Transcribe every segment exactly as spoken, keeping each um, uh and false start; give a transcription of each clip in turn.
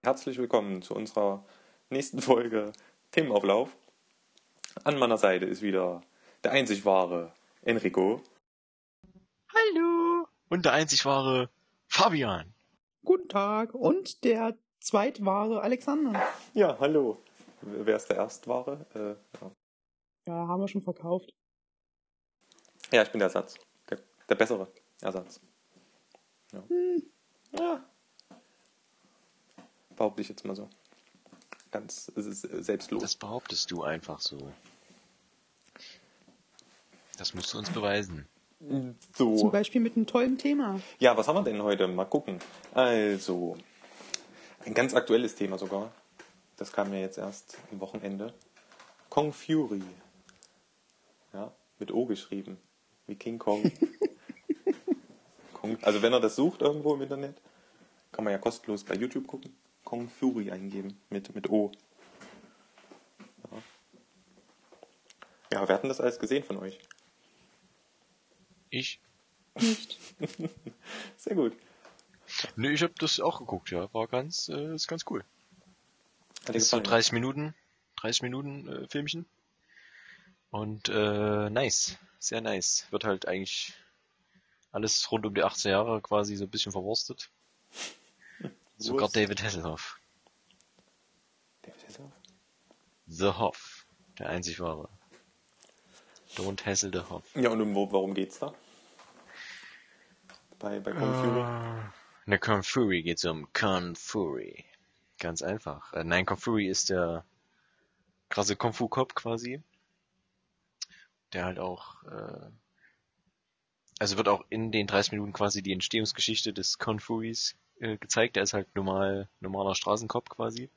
herzlich willkommen zu unserer nächsten Folge Themenauflauf. An meiner Seite ist wieder der einzig wahre Enrico. Hallo! Und der einzig wahre Fabian. Guten Tag. Und der zweitwahre Alexander. Ja, hallo. Wer ist der erstwahre? Äh, ja. Ja, haben wir schon verkauft. ja, ich bin der Ersatz. Der, der bessere Ersatz. Ja. Hm. ja. Behaupte ich jetzt mal so. Ganz es ist selbstlos. Das behauptest du einfach so. Das musst du uns beweisen. So. Zum Beispiel mit einem tollen Thema. Ja, was haben wir denn heute? Mal gucken. Also, ein ganz aktuelles Thema sogar. Das kam ja jetzt erst am Wochenende. Kong Fury. Ja, mit O geschrieben. Wie King Kong. Kong, also wenn er das sucht irgendwo im Internet, kann man ja kostenlos bei YouTube gucken. Kong Fury eingeben mit, mit O. Ja. ja, wir hatten das alles gesehen von euch. Ich? Nicht. Sehr gut. Ne, ich hab das auch geguckt, ja. War ganz, äh, ist ganz cool. Hat dir ist so gefallen? dreißig Minuten, dreißig Minuten äh, Filmchen. Und äh, nice, sehr nice. Wird halt eigentlich alles rund um die achtzehn Jahre quasi so ein bisschen verwurstet. Sogar Wurst. David Hasselhoff. David Hasselhoff? The Hoff. Der einzig wahre. Don't hassle the Hoff. Ja, und um, wo, warum geht's da? Bei, bei Kong Fury? In der Kung Fury geht's um Kung Fury. Ganz einfach. Äh, nein, Kung Fury ist der krasse Kung Fu Cop quasi. Der halt auch, äh, also wird auch in den dreißig Minuten quasi die Entstehungsgeschichte des Kung Furys äh, gezeigt. Der ist halt normal, normaler Straßencop quasi.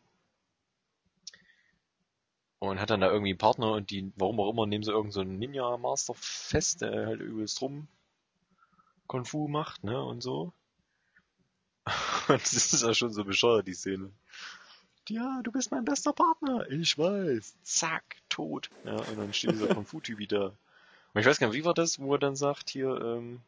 Und hat dann da irgendwie einen Partner und die, warum auch immer, nehmen sie irgend so einen Ninja-Master fest, der halt übelst rum Kung Fu macht, ne, und so. Und das ist ja schon so bescheuert, die Szene. Ja, du bist mein bester Partner. Ich weiß. Zack, tot. Ja, und dann steht dieser Kung Fu-Typ wieder. Und ich weiß gar nicht, wie war das, wo er dann sagt, hier, ähm,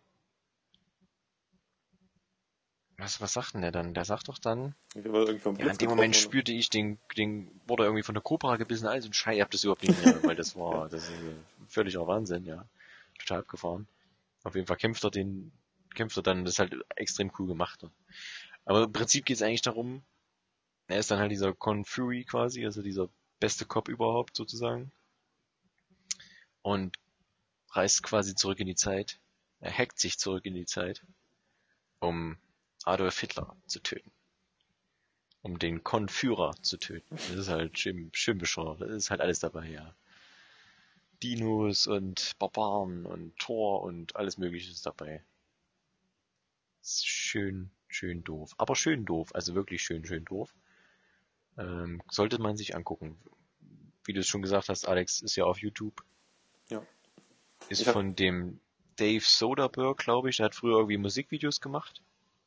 was, was sagt denn der dann? Der sagt doch dann, ja, in dem Moment spürte ich den, den, wurde irgendwie von der Cobra gebissen, also ein Scheiß, ich hab das überhaupt nicht mehr, weil das war, das ist völliger Wahnsinn, ja. Total abgefahren. Auf jeden Fall kämpft er den, kämpft er dann, das ist halt extrem cool gemacht. Aber im Prinzip geht's eigentlich darum, er ist dann halt dieser Kung Fury quasi, also dieser beste Cop überhaupt sozusagen. Und reist quasi zurück in die Zeit. Er hackt sich zurück in die Zeit, um Adolf Hitler zu töten. Um den Konführer zu töten. Das ist halt schön, schön bescheuert. Das ist halt alles dabei, ja. Dinos und Barbaren und Thor und alles Mögliche ist dabei. Ist schön, schön doof. Aber schön doof. Also wirklich schön, schön doof. Ähm, sollte man sich angucken. Wie du es schon gesagt hast, Alex, ist ja auf YouTube. Ja. Ist Ich hab... von dem Dave Soderbergh, glaube ich. Der hat früher irgendwie Musikvideos gemacht.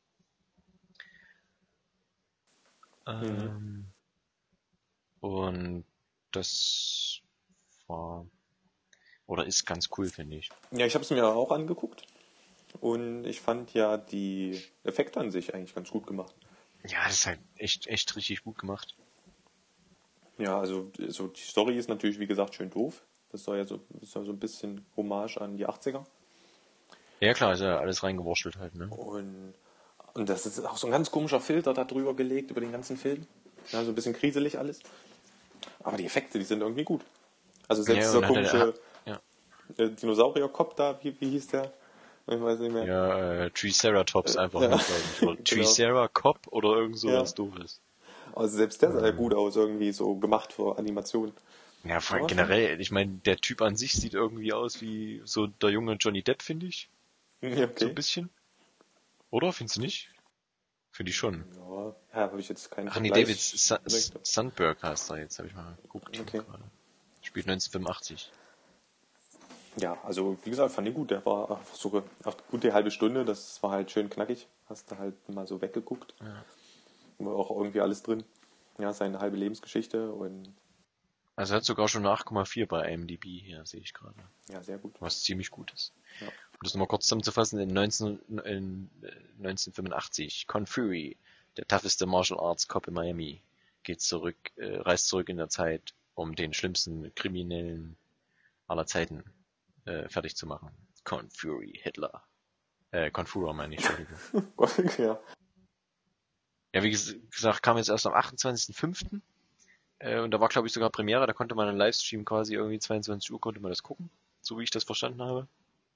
Mhm. Ähm, und das war oder ist ganz cool, finde ich. Ja, ich habe es mir auch angeguckt. Und ich fand ja die Effekte an sich eigentlich ganz gut gemacht. Ja, das ist halt echt, echt richtig gut gemacht. Ja, also so die Story ist natürlich, wie gesagt, schön doof. Das soll ja so, das soll so ein bisschen Hommage an die achtziger. Ja klar, ist ja alles reingewurschtelt halt, ne? Und, und das ist auch so ein ganz komischer Filter da drüber gelegt, über den ganzen Film. Ja, so ein bisschen kriselig alles. Aber die Effekte, die sind irgendwie gut. Also selbst ja, dieser und komische hat er, ja. äh, Dinosaurier-Kopf da, wie, wie hieß der? Ich weiß nicht mehr. Ja, äh, Triceratops Äh, einfach ja. nur, glaube ich. Oder Genau. Triceracop oder irgend so Ja. was Doofes. Also selbst der sah ja gut aus, irgendwie so gemacht für Animation. Ja, vor allem Aber generell, ich meine, der Typ an sich sieht irgendwie aus wie so der junge Johnny Depp, finde ich. Ja, So okay. ein bisschen. Oder? Findest du nicht? Finde ich schon. Ja, ja habe ich jetzt keinen Ach nee, Vergleich. David Sa- direkt. Sandberg heißt er jetzt, habe ich mal geguckt. Okay. Gerade. Spielt neunzehnhundertfünfundachtzig. Ja, also wie gesagt, fand ich gut. Der war einfach so eine gute halbe Stunde. Das war halt schön knackig. Hast du halt mal so weggeguckt. Ja. War auch irgendwie alles drin. Ja, seine halbe Lebensgeschichte und Also er hat sogar schon eine acht Komma vier bei I M D B hier, sehe ich gerade. ja, sehr gut. Was ziemlich gut ist. Ja. Um das nochmal kurz zusammenzufassen, in, neunzehn, in neunzehnhundertfünfundachtzig, Kung Fury, der tougheste Martial Arts Cop in Miami, geht zurück, äh, reist zurück in der Zeit, um den schlimmsten Kriminellen aller Zeiten äh, fertig zu machen. Con Fury Hitler. Äh, Confurer meine ich, Entschuldigung. ja. Ja, wie gesagt, kam jetzt erst am achtundzwanzigsten fünften Äh, und da war, glaube ich, sogar Premiere, da konnte man einen Livestream quasi irgendwie zweiundzwanzig Uhr konnte man das gucken, so wie ich das verstanden habe.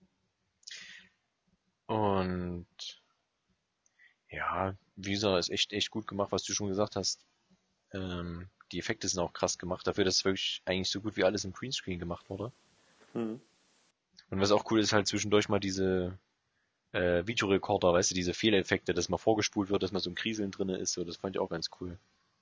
Und ja, Visa ist echt, echt gut gemacht, was du schon gesagt hast. Ähm, die Effekte sind auch krass gemacht, dafür, dass wirklich eigentlich so gut wie alles im Greenscreen gemacht wurde. Mhm. Und was auch cool ist, halt zwischendurch mal diese äh, Videorekorder, weißt du, diese Fehleffekte, dass mal vorgespult wird, dass mal so ein Kriseln drin ist, so, das fand ich auch ganz cool.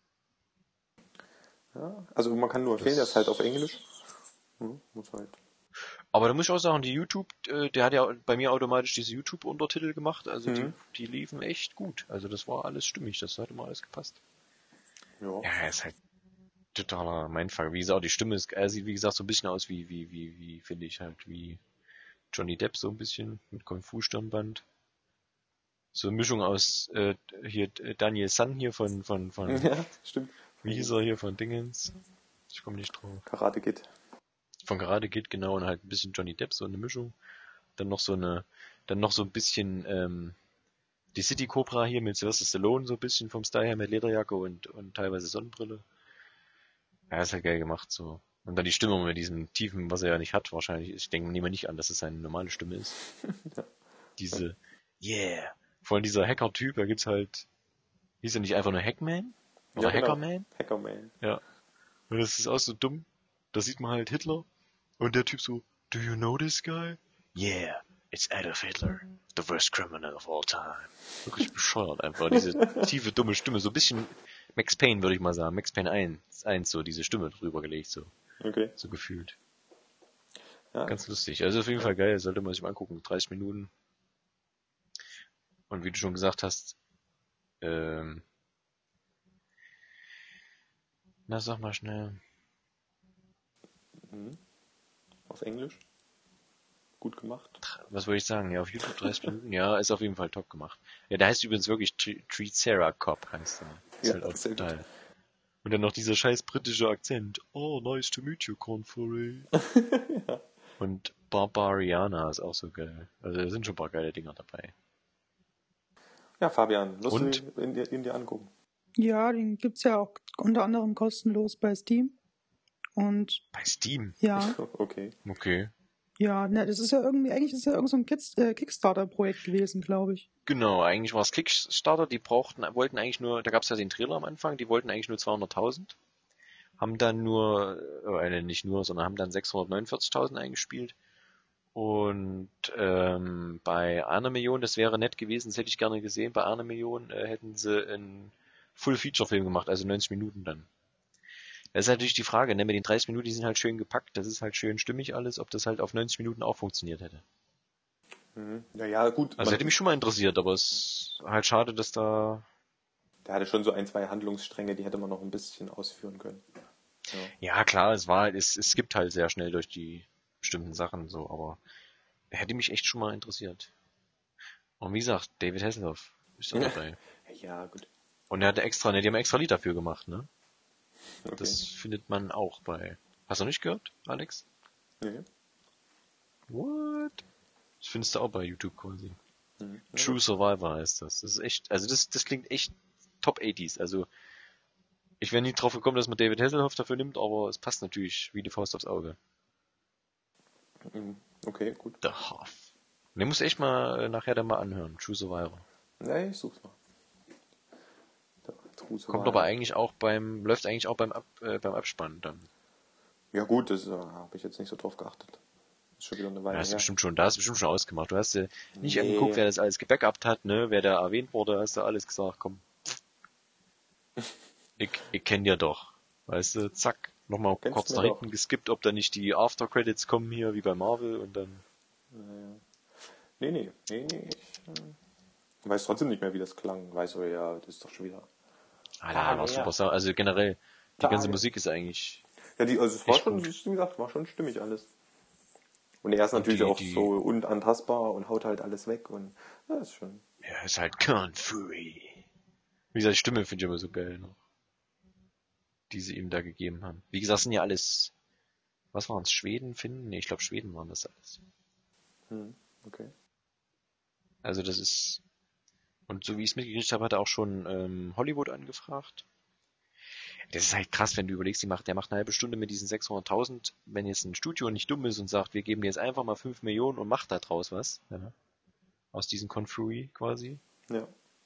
Ja, also man kann nur empfehlen, das ist halt auf Englisch. Hm, muss halt. Aber da muss ich auch sagen, die YouTube, äh, der hat ja bei mir automatisch diese YouTube-Untertitel gemacht, also Mhm. die, die liefen echt gut. Also das war alles stimmig, das hat immer alles gepasst. Ja. Ja, ist halt totaler Mindfuck. Wie gesagt, die Stimme ist, er sieht wie gesagt so ein bisschen aus wie, wie, wie, wie, finde ich halt, wie Johnny Depp so ein bisschen, mit Kung Fu Stirnband. So eine Mischung aus, äh, hier, Daniel San hier von, von, von, Ja, stimmt. wie hieß er hier, von Dingens? Ich komme nicht drauf. Karate Kid. Von Karate Kid, genau, und halt ein bisschen Johnny Depp, so eine Mischung. Dann noch so eine, dann noch so ein bisschen, ähm, die City Cobra hier mit Sylvester Stallone, so ein bisschen vom Style her mit Lederjacke und, und teilweise Sonnenbrille. Ja, ist halt geil gemacht, so. Und dann die Stimme mit diesem tiefen, was er ja nicht hat, wahrscheinlich. Ich denke, nehme nicht an, dass es seine normale Stimme ist. Ja. Diese, yeah. Vor allem dieser Hacker-Typ, da gibt's halt, hieß er nicht einfach nur Hackman? Oder Ja, genau. Hackerman? Hackerman. Ja. Und das ist auch so dumm. Da sieht man halt Hitler. Und der Typ so, do you know this guy? Yeah, it's Adolf Hitler. The worst criminal of all time. So richtig bescheuert einfach. Diese tiefe, dumme Stimme. So ein bisschen Max Payne, würde ich mal sagen. Max Payne eins, eins so diese Stimme drüber gelegt, so. Okay. So gefühlt. Ja. Ganz lustig. Also auf jeden Fall geil. Sollte man sich mal angucken. dreißig Minuten. Und wie du schon gesagt hast, ähm, na, sag mal schnell. Mhm. Auf Englisch. Gut gemacht. Was wollte ich sagen? Ja, auf YouTube dreißig Minuten. Ja, ist auf jeden Fall top gemacht. Ja, der heißt übrigens wirklich Treat Cop, heißt er. Ist Ja, halt auch sehr total. Und dann noch dieser scheiß britische Akzent. Oh, nice to meet you, Confury. Ja. Und Barbariana ist auch so geil. Also da sind schon ein paar geile Dinger dabei. Ja, Fabian, wirst Und? du in dir, in dir angucken? Ja, den gibt's ja auch unter anderem kostenlos bei Steam. Und Bei Steam? ja, Okay. Okay. ja, ne, das ist ja irgendwie, eigentlich ist ja irgend so ein Kids, äh, Kickstarter-Projekt gewesen, glaube ich. Genau, eigentlich war es Kickstarter, die brauchten, wollten eigentlich nur, da gab es ja den Trailer am Anfang, die wollten eigentlich nur zweihunderttausend. Haben dann nur, äh, nicht nur, sondern haben dann sechshundertneunundvierzigtausend eingespielt. Und ähm, bei einer Million, das wäre nett gewesen, das hätte ich gerne gesehen, bei einer Million äh, hätten sie einen Full-Feature-Film gemacht, also neunzig Minuten dann. Das ist natürlich die Frage, ne? Mit den dreißig Minuten, die sind halt schön gepackt, das ist halt schön stimmig alles, ob das halt auf neunzig Minuten auch funktioniert hätte. Mhm. Ja, ja, gut. Also man, hätte mich schon mal interessiert, aber es ist halt schade, dass da... Der hatte schon so ein, zwei Handlungsstränge, die hätte man noch ein bisschen ausführen können. Ja, Ja, klar, es war, es, es gibt halt sehr schnell durch die bestimmten Sachen so, aber hätte mich echt schon mal interessiert. Und wie gesagt, David Hasselhoff ist da dabei. ja gut. Und er hatte extra, ne, die haben extra Lied dafür gemacht, ne? Okay. Das findet man auch bei... Hast du nicht gehört, Alex? Nee. What? Das findest du auch bei YouTube quasi. Mhm. True Survivor heißt das. Das ist echt, also das, das klingt echt Top achtziger. Also ich wäre nie drauf gekommen, dass man David Hasselhoff dafür nimmt, aber es passt natürlich wie die Faust aufs Auge. Mhm. Okay, gut. The Hoff. Den musst du echt mal äh, nachher dann mal anhören. True Survivor. Nee, ich such's mal. Da, True Kommt Survivor. aber eigentlich auch beim, läuft eigentlich auch beim, Ab, äh, beim Abspann dann. Ja gut, das äh, habe ich jetzt nicht so drauf geachtet. Ist schon wieder eine Da Weile hast du her. bestimmt schon, da hast du bestimmt schon ausgemacht. Du hast dir nicht Nee. angeguckt, wer das alles gebackupt hat, ne, wer da erwähnt wurde, hast du alles gesagt, komm. Ich, ich kenn ja doch. Weißt du, zack, nochmal Kennst kurz mir nach doch. hinten geskippt, ob da nicht die After-Credits kommen hier, wie bei Marvel, und dann... Naja. Nee, nee, nee, nee. Ich äh, weiß trotzdem nicht mehr, wie das klang. Weiß aber ja, das ist doch schon wieder. Ah, Tage da war her. super. Sa- Also generell, die Tage. ganze Musik ist eigentlich... Ja, die, also es war Echt schon, gut. wie gesagt, war schon stimmig alles. Und er ist Und natürlich die- auch die- so unantastbar und haut halt alles weg und ja, ist schon. Ja, ist halt Confury. Wie gesagt, die Stimme finde ich immer so geil noch, die sie ihm da gegeben haben. Wie gesagt, sind ja alles, was waren es, Schweden, Finnen? Nee, ich glaube Schweden waren das alles. Hm, okay. Also das ist, und so wie ich es mitgekriegt habe, hat er auch schon ähm, Hollywood angefragt. Das ist halt krass, wenn du überlegst, die macht, der macht eine halbe Stunde mit diesen sechshunderttausend, wenn jetzt ein Studio nicht dumm ist und sagt, wir geben dir jetzt einfach mal fünf Millionen und macht da draus was. Ja. Aus diesem Confuri quasi. Ja.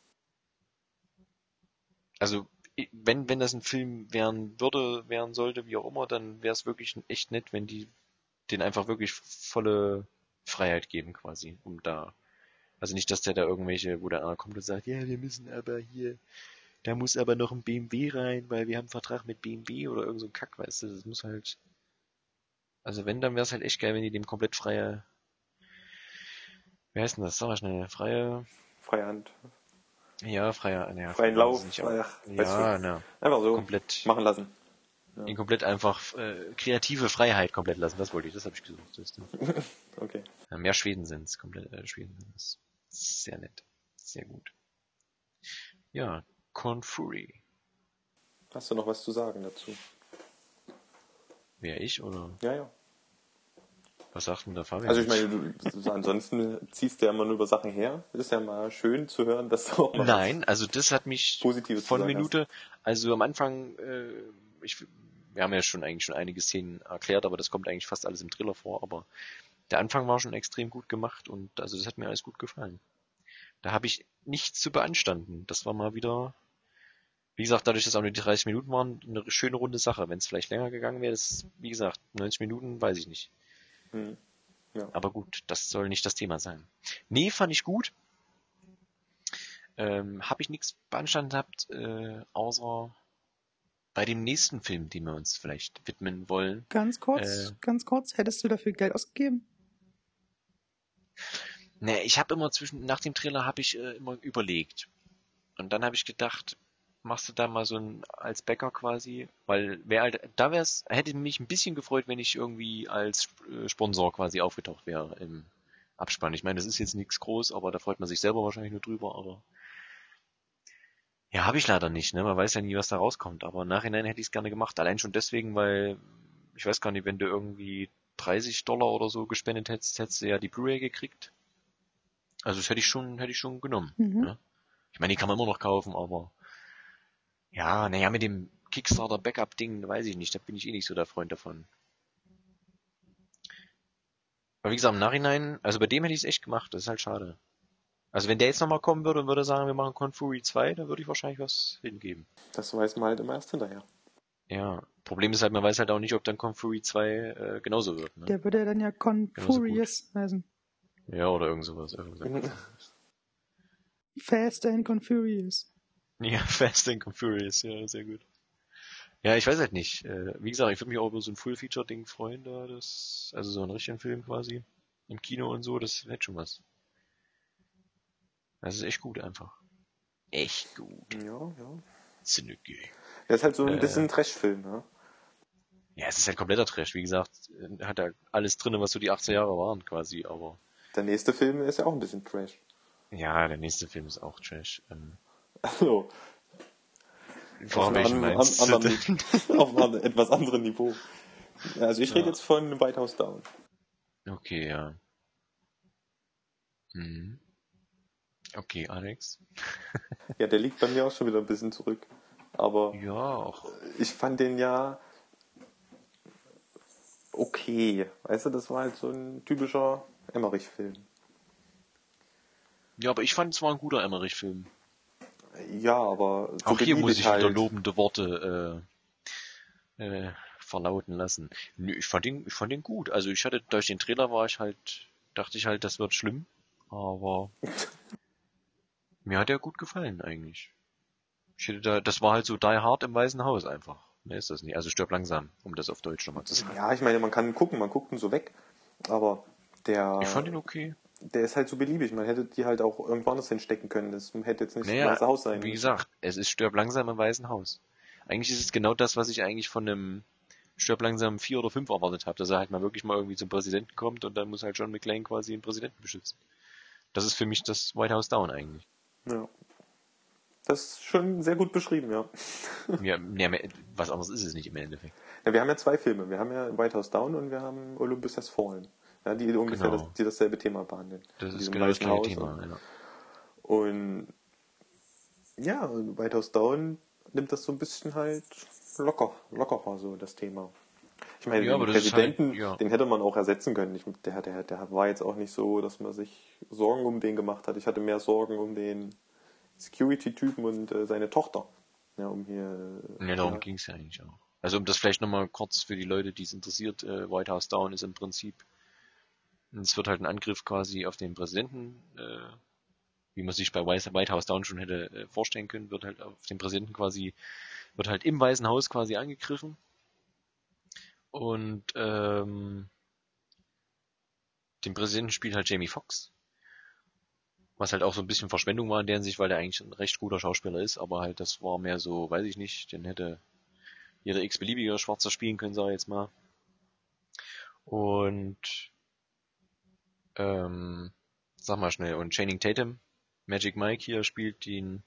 Also, wenn, wenn das ein Film werden würde, werden sollte, wie auch immer, dann wäre es wirklich echt nett, wenn die den einfach wirklich volle Freiheit geben quasi, um da, also nicht, dass der da irgendwelche, wo der einer kommt und sagt, ja, wir müssen aber hier, da muss aber noch ein B M W rein, weil wir haben einen Vertrag mit B M W oder irgend so ein Kack, weißt du, das muss halt, also wenn, dann wäre es halt echt geil, wenn die dem komplett freie, wie heißt denn das, sag mal schnell, freie, Freie Hand. ja, freie, ja, Freien Lauf. nicht, aber, Ach, ja, na, einfach so komplett, machen lassen. Ja. ihn komplett einfach äh, kreative Freiheit komplett lassen, das wollte ich, das habe ich gesucht. Das Okay. ja, mehr Schweden sind's, komplett äh, Schweden sind's. Sehr nett, sehr gut. Ja, Confuri. Hast du noch was zu sagen dazu? Wer ich oder Ja, ja. was sagt denn der Fabian? Also ich meine, du, du ansonsten ziehst du ja immer nur über Sachen her. Das ist ja mal schön zu hören, dass du auch mal Nein, also das hat mich Positives von zu sagen Minute, also am Anfang, äh, ich, wir haben ja schon eigentlich schon einige Szenen erklärt, aber das kommt eigentlich fast alles im Thriller vor, aber der Anfang war schon extrem gut gemacht und also das hat mir alles gut gefallen. Da habe ich nichts zu beanstanden. Das war mal wieder, wie gesagt, dadurch, dass auch nur die dreißig Minuten waren, eine schöne runde Sache. Wenn es vielleicht länger gegangen wäre, das, wie gesagt, neunzig Minuten, weiß ich nicht. Hm. Ja. Aber gut, das soll nicht das Thema sein. Nee, fand ich gut. Ähm, habe ich nichts beanstanden gehabt, äh, außer bei dem nächsten Film, den wir uns vielleicht widmen wollen. Ganz kurz, Äh, ganz kurz, hättest du dafür Geld ausgegeben? Ne, ich habe immer zwischen, nach dem Trailer habe ich äh, immer überlegt. Und dann habe ich gedacht, machst du da mal so ein, als Bäcker quasi, weil wär halt, da wär's, hätte mich ein bisschen gefreut, wenn ich irgendwie als äh, Sponsor quasi aufgetaucht wäre im Abspann. Ich meine, das ist jetzt nichts groß, aber da freut man sich selber wahrscheinlich nur drüber, aber ja, habe ich leider nicht, ne? Man weiß ja nie, was da rauskommt, aber im Nachhinein hätte ich es gerne gemacht. Allein schon deswegen, weil ich weiß gar nicht, wenn du irgendwie dreißig Dollar oder so gespendet hättest, hättest du ja die Blu-ray gekriegt. Also das hätte ich schon, hätte ich schon genommen. Mhm. Ne? Ich meine, die kann man immer noch kaufen, aber ja, naja, mit dem Kickstarter Backup Ding, weiß ich nicht, da bin ich eh nicht so der Freund davon. Aber wie gesagt, im Nachhinein, also bei dem hätte ich es echt gemacht, das ist halt schade. Also wenn der jetzt nochmal kommen würde und würde sagen, wir machen Confuri zwei, dann würde ich wahrscheinlich was hingeben. Das weiß man halt immer erst hinterher. Ja, Problem ist halt, man weiß halt auch nicht, ob dann Confuri zwei äh, genauso wird. Ne? Der würde ja dann ja Confurious heißen. Ja, oder irgend sowas. Irgend sowas. Fast and Confurious. Ja, Fast and Confurious, ja, sehr gut. Ja, ich weiß halt nicht. Äh, wie gesagt, ich würde mich auch über so ein Full-Feature-Ding freuen, da das, also so einen richtigen Film quasi, im Kino und so, das hätte schon was. Das ist echt gut einfach. Echt gut. Ja, ja. Synergie. Der ist halt so ein Äh, bisschen Trash-Film, ne? Ja, es ist halt kompletter Trash. Wie gesagt, äh, hat er alles drin, was so die achtziger Jahre waren quasi, aber Der nächste Film ist ja auch ein bisschen Trash. ja, der nächste Film ist auch Trash. Ähm, Also, vor auf, welchen einem, meinst an, du anderen, denn? auf einem etwas anderen Niveau. Also ich rede Ja. jetzt von White House Down. Okay, ja. Hm. Okay, Alex. Ja, der liegt bei mir auch schon wieder ein bisschen zurück. Aber Ja, auch. ich fand den ja okay. Weißt du, das war halt so ein typischer Emmerich-Film. Ja, aber ich fand es war ein guter Emmerich-Film. Ja, aber so Auch hier beliebig muss ich halt. wieder lobende Worte äh, äh, verlauten lassen. Nö, ich fand ihn, ich fand ihn gut. Also ich hatte, durch den Trailer war ich halt, dachte ich halt, das wird schlimm. Aber mir hat er gut gefallen eigentlich. Ich hätte da, das war halt so Die Hard im Weißen Haus einfach. Mehr ist das nicht. Also stirb langsam, um das auf Deutsch nochmal zu sagen. Ja, ich meine, man kann gucken, man guckt ihn so weg. Aber der, Ich fand ihn okay. der ist halt so beliebig. Man hätte die halt auch irgendwo anders hinstecken können. Das hätte jetzt nicht Naja, das Weiße Haus sein wie müssen. gesagt, es ist Stirb langsam im Weißen Haus. Eigentlich ist es genau das, was ich eigentlich von einem Stirb langsam vier oder fünf erwartet habe, dass er halt mal wirklich mal irgendwie zum Präsidenten kommt und dann muss halt John McClane quasi den Präsidenten beschützen. Das ist für mich das White House Down eigentlich. Ja. Das ist schon sehr gut beschrieben, ja. Ja, ja, was anderes ist es nicht im Endeffekt. Ja, wir haben ja zwei Filme. Wir haben ja White House Down und wir haben Olympus Has Fallen. Ja, die ungefähr Genau. das, die dasselbe Thema behandeln. Das In ist diesem genau das weißen gleiche Haus Thema. Und, Ja. und ja, White House Down nimmt das so ein bisschen halt locker, lockerer so das Thema. Ich meine, Ja, den aber das ist halt, Präsidenten, ja. den hätte man auch ersetzen können. Ich, der, der, der war jetzt auch nicht so, dass man sich Sorgen um den gemacht hat. Ich hatte mehr Sorgen um den Security-Typen und äh, seine Tochter. Ja, um hier. Ja, darum Ja. ging es ja eigentlich auch. Also um das vielleicht nochmal kurz für die Leute, die es interessiert, äh, White House Down ist im Prinzip, es wird halt ein Angriff quasi auf den Präsidenten, äh, wie man sich bei White House Down schon hätte äh, vorstellen können, wird halt auf den Präsidenten quasi, wird halt im Weißen Haus quasi angegriffen. Und ähm, den Präsidenten spielt halt Jamie Foxx. Was halt auch so ein bisschen Verschwendung war in der Hinsicht, weil der eigentlich ein recht guter Schauspieler ist, aber halt das war mehr so, weiß ich nicht, den hätte jeder x-beliebige Schwarzer spielen können, sag ich jetzt mal. Und ähm, sag mal schnell, und Channing Tatum, Magic Mike hier, spielt den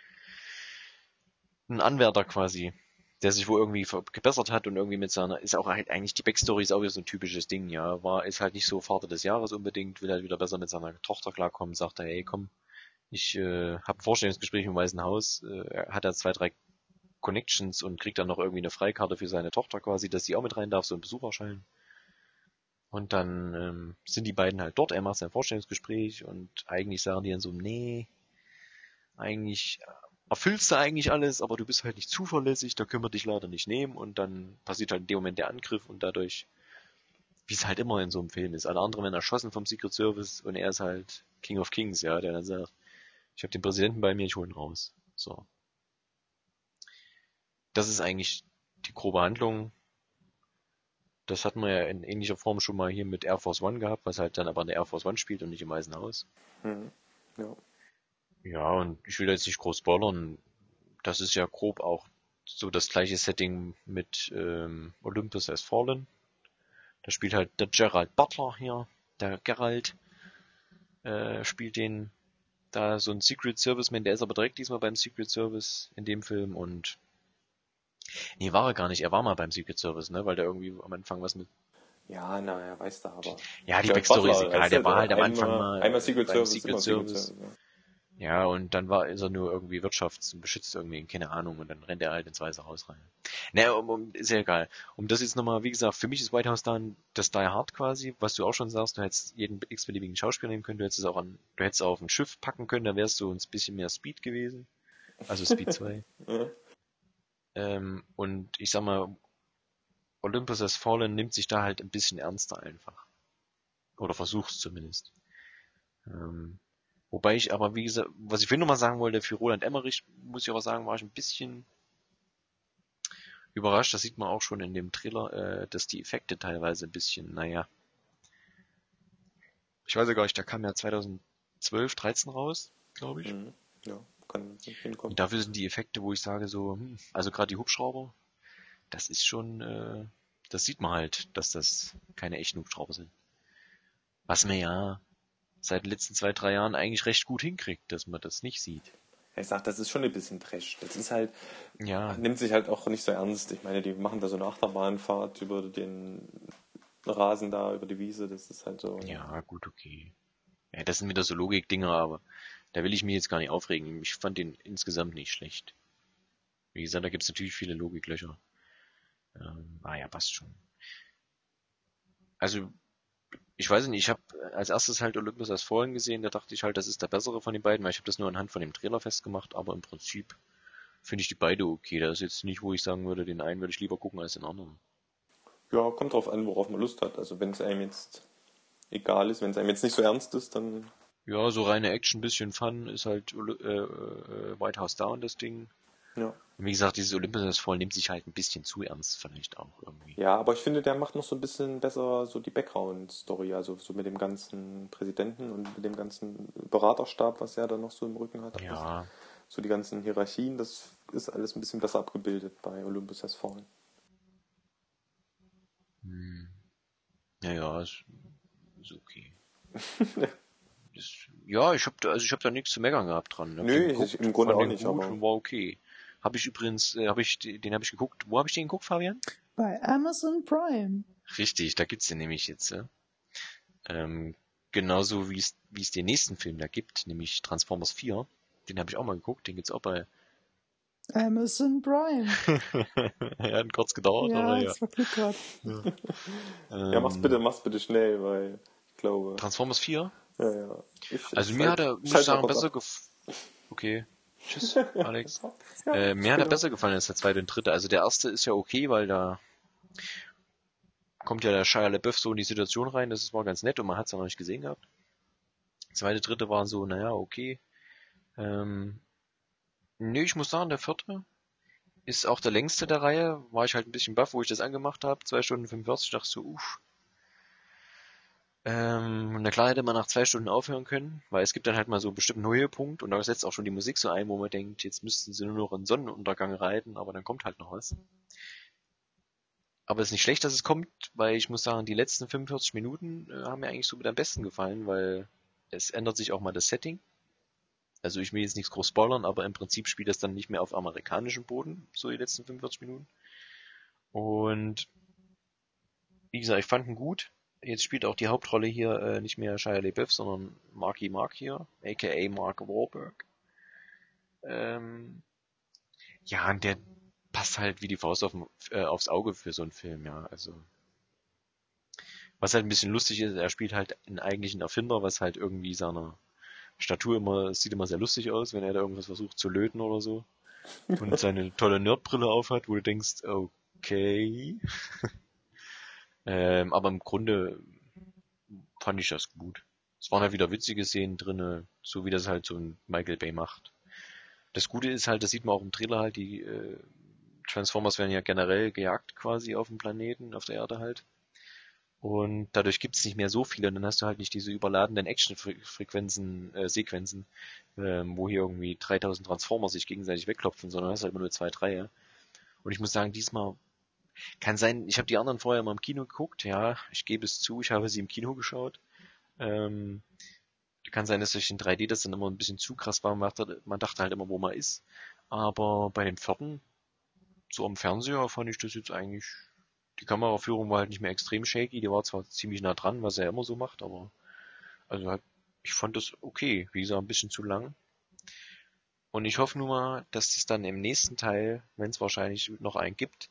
einen Anwärter quasi, der sich wohl irgendwie gebessert hat und irgendwie mit seiner, ist auch halt eigentlich, die Backstory ist auch wieder so ein typisches Ding, ja, war, ist halt nicht so Vater des Jahres unbedingt, will halt wieder besser mit seiner Tochter klarkommen, sagt er, hey komm, ich äh, habe ein Vorstellungsgespräch im Weißen Haus, äh, er hat da zwei, drei Connections und kriegt dann noch irgendwie eine Freikarte für seine Tochter quasi, dass sie auch mit rein darf, so ein Besucherschein. Und dann ähm, sind die beiden halt dort, er macht sein Vorstellungsgespräch und eigentlich sagen die dann so, nee, eigentlich erfüllst du eigentlich alles, aber du bist halt nicht zuverlässig, da können wir dich leider nicht nehmen und dann passiert halt in dem Moment der Angriff und dadurch, wie es halt immer in so einem Film ist, alle anderen werden erschossen vom Secret Service und er ist halt King of Kings, ja, der dann sagt, ich habe den Präsidenten bei mir, ich hol ihn raus. So. Das ist eigentlich die grobe Handlung. Das hatten wir ja in ähnlicher Form schon mal hier mit Air Force One gehabt, was halt dann aber in der Air Force One spielt und nicht im Weißen Haus. Mhm. Ja. Ja, und ich will jetzt nicht groß spoilern. Das ist ja grob auch so das gleiche Setting mit ähm, Olympus Has Fallen. Da spielt halt der Gerald Butler hier, der Gerald, äh, spielt den da so ein Secret Serviceman, der ist aber direkt diesmal beim Secret Service in dem Film und nee, war er gar nicht, er war mal beim Secret Service, ne, weil der irgendwie am Anfang was mit Ja, naja, weiß da aber. ja, die Jared Backstory ist Butler, egal, weißt der du, war der halt am Anfang einmal, mal einmal Secret beim Service, Secret immer Secret Service. Service. Ja. Ja, und dann war ist er nur irgendwie wirtschafts- und beschützt irgendwie, keine Ahnung, und dann rennt er halt ins Weiße Haus rein. Naja, um, um, ist ja egal. Um das jetzt nochmal, wie gesagt, für mich ist White House dann das Die Hard quasi, was du auch schon sagst, du hättest jeden x-beliebigen Schauspieler nehmen können, du hättest es auch an, du hättest es auch auf ein Schiff packen können, da wärst du ein bisschen mehr Speed gewesen. Also Speed zwei. Ja. Ähm, und ich sag mal, Olympus Has Fallen nimmt sich da halt ein bisschen ernster einfach. Oder versucht's zumindest. Ähm, Wobei ich aber, wie gesagt, was ich vorhin nochmal sagen wollte, für Roland Emmerich, muss ich aber sagen, war ich ein bisschen überrascht. Das sieht man auch schon in dem Trailer, äh, dass die Effekte teilweise ein bisschen, naja. Ich weiß ja gar nicht, der kam ja zweitausendzwölf, dreizehn raus, glaube ich. Mhm. Ja, kann hinkommen. Und dafür sind die Effekte, wo ich sage so, hm, also gerade die Hubschrauber, das ist schon, äh, das sieht man halt, dass das keine echten Hubschrauber sind. Was man ja seit den letzten zwei, drei Jahren eigentlich recht gut hinkriegt, dass man das nicht sieht. Ich sag, das ist schon ein bisschen Trash. Das ist halt, Ja, nimmt sich halt auch nicht so ernst. Ich meine, die machen da so eine Achterbahnfahrt über den Rasen da, über die Wiese. Das ist halt so. ja, gut, okay. Ja, das sind wieder so Logik-Dinger, aber da will ich mich jetzt gar nicht aufregen. Ich fand den insgesamt nicht schlecht. Wie gesagt, da gibt's natürlich viele Logiklöcher. Ähm, ah ja, passt schon. Also, ich weiß nicht, ich habe als erstes halt Olympus Has Fallen gesehen, da dachte ich halt, das ist der bessere von den beiden, weil ich habe das nur anhand von dem Trailer festgemacht, aber im Prinzip finde ich die beide okay. Da ist jetzt nicht, wo ich sagen würde, den einen würde ich lieber gucken als den anderen. Ja, kommt drauf an, worauf man Lust hat. Also wenn es einem jetzt egal ist, wenn es einem jetzt nicht so ernst ist, dann. Ja, so reine Action, bisschen Fun ist halt äh, äh, White House Down das Ding. Ja. Und wie gesagt, dieses Olympus Has Fallen nimmt sich halt ein bisschen zu ernst vielleicht auch irgendwie. Ja, aber ich finde, der macht noch so ein bisschen besser so die Background-Story, also so mit dem ganzen Präsidenten und mit dem ganzen Beraterstab, was er da noch so im Rücken hat. Ja, So die ganzen Hierarchien, das ist alles ein bisschen besser abgebildet bei Olympus Has Fallen. hm. Ja, ja, ist, ist okay. Ist, Ja, ich hab da, also ich hab da nichts zu meckern gehabt dran. Hab Nö, den ich geguckt, im Grunde fand auch den nicht, gut aber- und war okay. Habe ich übrigens, äh, habe ich, den habe ich geguckt. Wo habe ich den geguckt, Fabian? Bei Amazon Prime. Richtig, da gibt's den nämlich jetzt. Ja. Ähm, genauso wie es wie es den nächsten Film da gibt, nämlich Transformers vier. Den habe ich auch mal geguckt. Den gibt's auch bei. Amazon Prime. Ja, hat kurz gedauert, Ja, aber ja. das war Glück grad. Ja, mach's Ähm, bitte, mach's bitte schnell, weil ich glaube. Transformers vier. Ja, ja. Ich, Also ich mir schalt- hat er, muss ich schalt mal sagen, kurz besser ab. gef... Okay. Tschüss, Alex. Ja, Äh, mir hat er genau. besser gefallen als der zweite und dritte. Also der erste ist ja okay, weil da kommt ja der Shia LaBeouf so in die Situation rein. Das war ganz nett und man hat es ja noch nicht gesehen gehabt. Der zweite, dritte waren so, naja, okay. Ähm, nee, ich muss sagen, der vierte ist auch der längste der Reihe. War ich halt ein bisschen baff, wo ich das angemacht habe. zwei Stunden fünfundvierzig, dachte so, uff. Ähm, na klar hätte man nach zwei Stunden aufhören können, weil es gibt dann halt mal so einen bestimmten Höhepunkt und da setzt auch schon die Musik so ein, wo man denkt, jetzt müssten sie nur noch einen Sonnenuntergang reiten, aber dann kommt halt noch was. Aber es ist nicht schlecht, dass es kommt, weil ich muss sagen, die letzten fünfundvierzig Minuten äh, haben mir eigentlich so mit am besten gefallen, weil es ändert sich auch mal das Setting. Also ich will jetzt nichts groß spoilern, aber im Prinzip spielt das dann nicht mehr auf amerikanischem Boden, so die letzten fünfundvierzig Minuten. Und wie gesagt, ich fand ihn gut. Jetzt spielt auch die Hauptrolle hier äh, nicht mehr Shia LaBeouf, sondern Marky Mark hier, aka Mark Wahlberg. Ähm, ja, und der passt halt wie die Faust auf, äh, aufs Auge für so einen Film, ja. Also was halt ein bisschen lustig ist, er spielt halt einen eigentlichen Erfinder, was halt irgendwie seiner Statur immer, es sieht immer sehr lustig aus, wenn er da irgendwas versucht zu löten oder so. Und seine tolle Nerdbrille aufhat, wo du denkst, okay. ähm, aber im Grunde fand ich das gut. Es waren halt wieder witzige Szenen drinne, so wie das halt so ein Michael Bay macht. Das Gute ist halt, das sieht man auch im Trailer halt, die äh, Transformers werden ja generell gejagt quasi auf dem Planeten, auf der Erde halt. Und dadurch gibt es nicht mehr so viele und dann hast du halt nicht diese überladenen Action-Frequenzen, äh, Sequenzen, ähm, wo hier irgendwie dreitausend Transformers sich gegenseitig wegklopfen, sondern hast halt immer nur zwei, drei. Ja. Und ich muss sagen, diesmal kann sein, ich habe die anderen vorher mal im Kino geguckt, ja, ich gebe es zu, ich habe sie im Kino geschaut. Ähm, kann sein, dass durch den drei D das dann immer ein bisschen zu krass war, man dachte, man dachte halt immer, wo man ist. Aber bei dem vierten, so am Fernseher, fand ich das jetzt eigentlich, die Kameraführung war halt nicht mehr extrem shaky, die war zwar ziemlich nah dran, was er immer so macht, aber also halt, ich fand das okay, wie gesagt, ein bisschen zu lang. Und ich hoffe nur mal, dass es dann im nächsten Teil, wenn es wahrscheinlich noch einen gibt,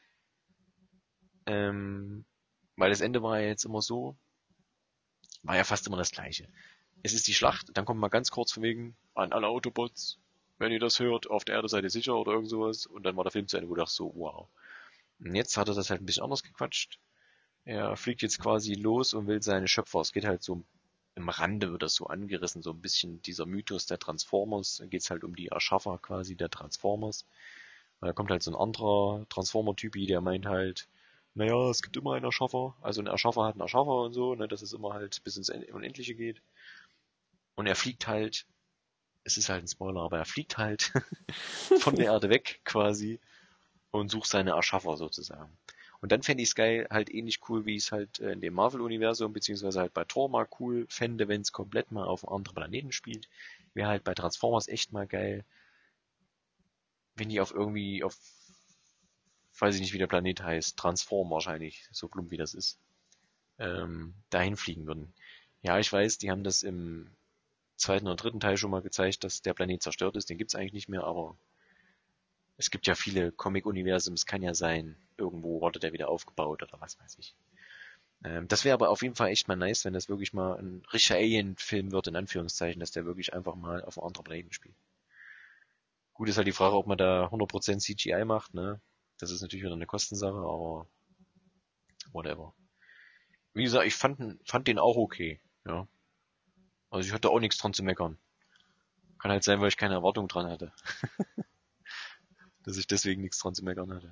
ähm, weil das Ende war ja jetzt immer so, war ja fast immer das gleiche. Es ist die Schlacht, dann kommt mal ganz kurz von wegen an alle Autobots, wenn ihr das hört, auf der Erde seid ihr sicher oder irgend sowas. Und dann war der Film zu Ende, wo du dachtest so, wow. Und jetzt hat er das halt ein bisschen anders gequatscht. Er fliegt jetzt quasi los und will seine Schöpfer. Es geht halt so, im Rande wird das so angerissen, so ein bisschen dieser Mythos der Transformers. Dann geht's halt um die Erschaffer quasi der Transformers. Und da kommt halt so ein anderer Transformer-Typi, der meint halt, naja, es gibt immer einen Erschaffer. Also ein Erschaffer hat einen Erschaffer und so, ne, dass es immer halt bis ins Unendliche geht. Und er fliegt halt, es ist halt ein Spoiler, aber er fliegt halt von der Erde weg quasi und sucht seine Erschaffer sozusagen. Und dann fände ich es geil, halt ähnlich cool, wie ich es halt in dem Marvel-Universum, beziehungsweise halt bei Thor mal cool fände, wenn es komplett mal auf einem anderen Planeten spielt. Wäre halt bei Transformers echt mal geil, wenn die auf irgendwie, auf, weiß ich nicht, wie der Planet heißt, Transform wahrscheinlich, so plump wie das ist, ähm, dahin fliegen würden. Ja, ich weiß, die haben das im zweiten oder dritten Teil schon mal gezeigt, dass der Planet zerstört ist. Den gibt's eigentlich nicht mehr, aber es gibt ja viele Comic-Universen. Es kann ja sein, irgendwo wurde der wieder aufgebaut oder was weiß ich. Ähm, das wäre aber auf jeden Fall echt mal nice, wenn das wirklich mal ein richtiger Alien-Film wird, in Anführungszeichen, dass der wirklich einfach mal auf einem anderen Planeten spielt. Gut ist halt die Frage, ob man da hundert Prozent C G I macht, ne? Das ist natürlich wieder eine Kostensache, aber whatever. Wie gesagt, ich fand, fand den auch okay, ja. Also ich hatte auch nichts dran zu meckern. Kann halt sein, weil ich keine Erwartung dran hatte. Dass ich deswegen nichts dran zu meckern hatte.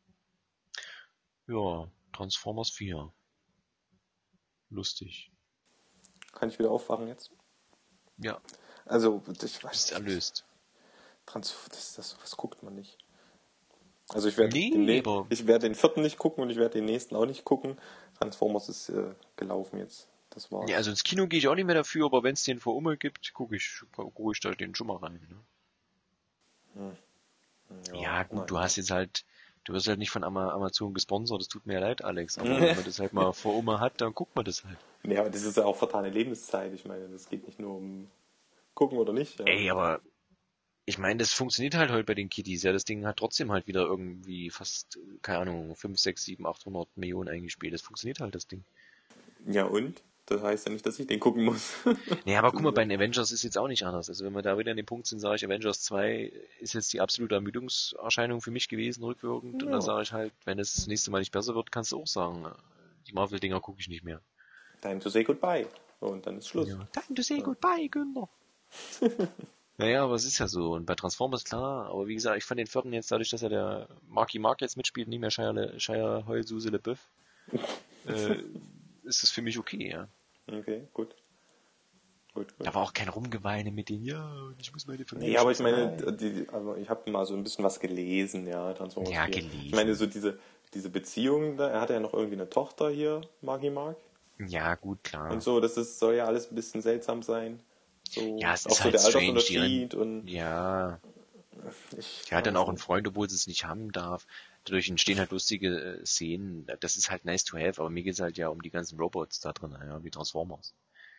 Ja, Transformers vier. Lustig. Kann ich wieder aufwachen jetzt? Ja, Also, ich weiß bist nicht. erlöst. Trans das, das, das guckt man nicht. Also ich werde Nee, den, aber ich werde den vierten nicht gucken und ich werde den nächsten auch nicht gucken. Transformers ist äh, gelaufen jetzt. Das war's. Ja, also ins Kino gehe ich auch nicht mehr dafür, aber wenn es den vor Umme gibt, gucke ich, guck ich da den schon mal rein. Ne? Hm. Ja, gut, nein, du nein. hast jetzt halt, du wirst halt nicht von Ama- Amazon gesponsert, das tut mir ja leid, Alex, aber wenn man das halt mal vor Umme hat, dann guckt man das halt. Nee, aber das ist ja auch vertane Lebenszeit. Ich meine, das geht nicht nur um gucken oder nicht. Ja. Ey, aber ich meine, das funktioniert halt heute bei den Kiddies, ja, das Ding hat trotzdem halt wieder irgendwie fast, keine Ahnung, fünf, sechs, sieben, achthundert Millionen eingespielt, das funktioniert halt, das Ding. Ja, und? Das heißt ja nicht, dass ich den gucken muss. Nee, aber guck mal, bei den Avengers ist jetzt auch nicht anders. Also wenn wir da wieder an dem Punkt sind, sage ich, Avengers zwei ist jetzt die absolute Ermüdungserscheinung für mich gewesen, rückwirkend. Ja. Und da sage ich halt, wenn es das nächste Mal nicht besser wird, kannst du auch sagen, die Marvel-Dinger gucke ich nicht mehr. Time to say goodbye. Und dann ist Schluss. Ja. Time to say goodbye, Günther. Naja, aber es ist ja so. Und bei Transformers klar, aber wie gesagt, ich fand den vierten jetzt, dadurch, dass ja der Marky Mark jetzt mitspielt, nicht mehr Shia, Le- Shia Heulsuse LeBeouf, äh, ist es für mich okay, ja. Okay, gut. Gut, gut. Da war auch kein Rumgeweine mit den, ja, und ich muss meine Familie Nee, aber ich schützen. meine, Nein. die, aber ich habe mal so ein bisschen was gelesen, ja, Transformers Ja, vier. gelesen. Ich meine, so diese, diese Beziehung, da, er hatte ja noch irgendwie eine Tochter hier, Marky Mark. Ja, gut, klar. Und so, das ist, soll ja alles ein bisschen seltsam sein. So, Ja, es auch ist so halt der strange, Altersunterschied die und Ja, ich die hat dann weiß auch einen nicht. Freund, obwohl sie es nicht haben darf. Dadurch entstehen halt lustige äh, Szenen. Das ist halt nice to have, aber mir geht's halt ja um die ganzen Robots da drin, ja, wie Transformers.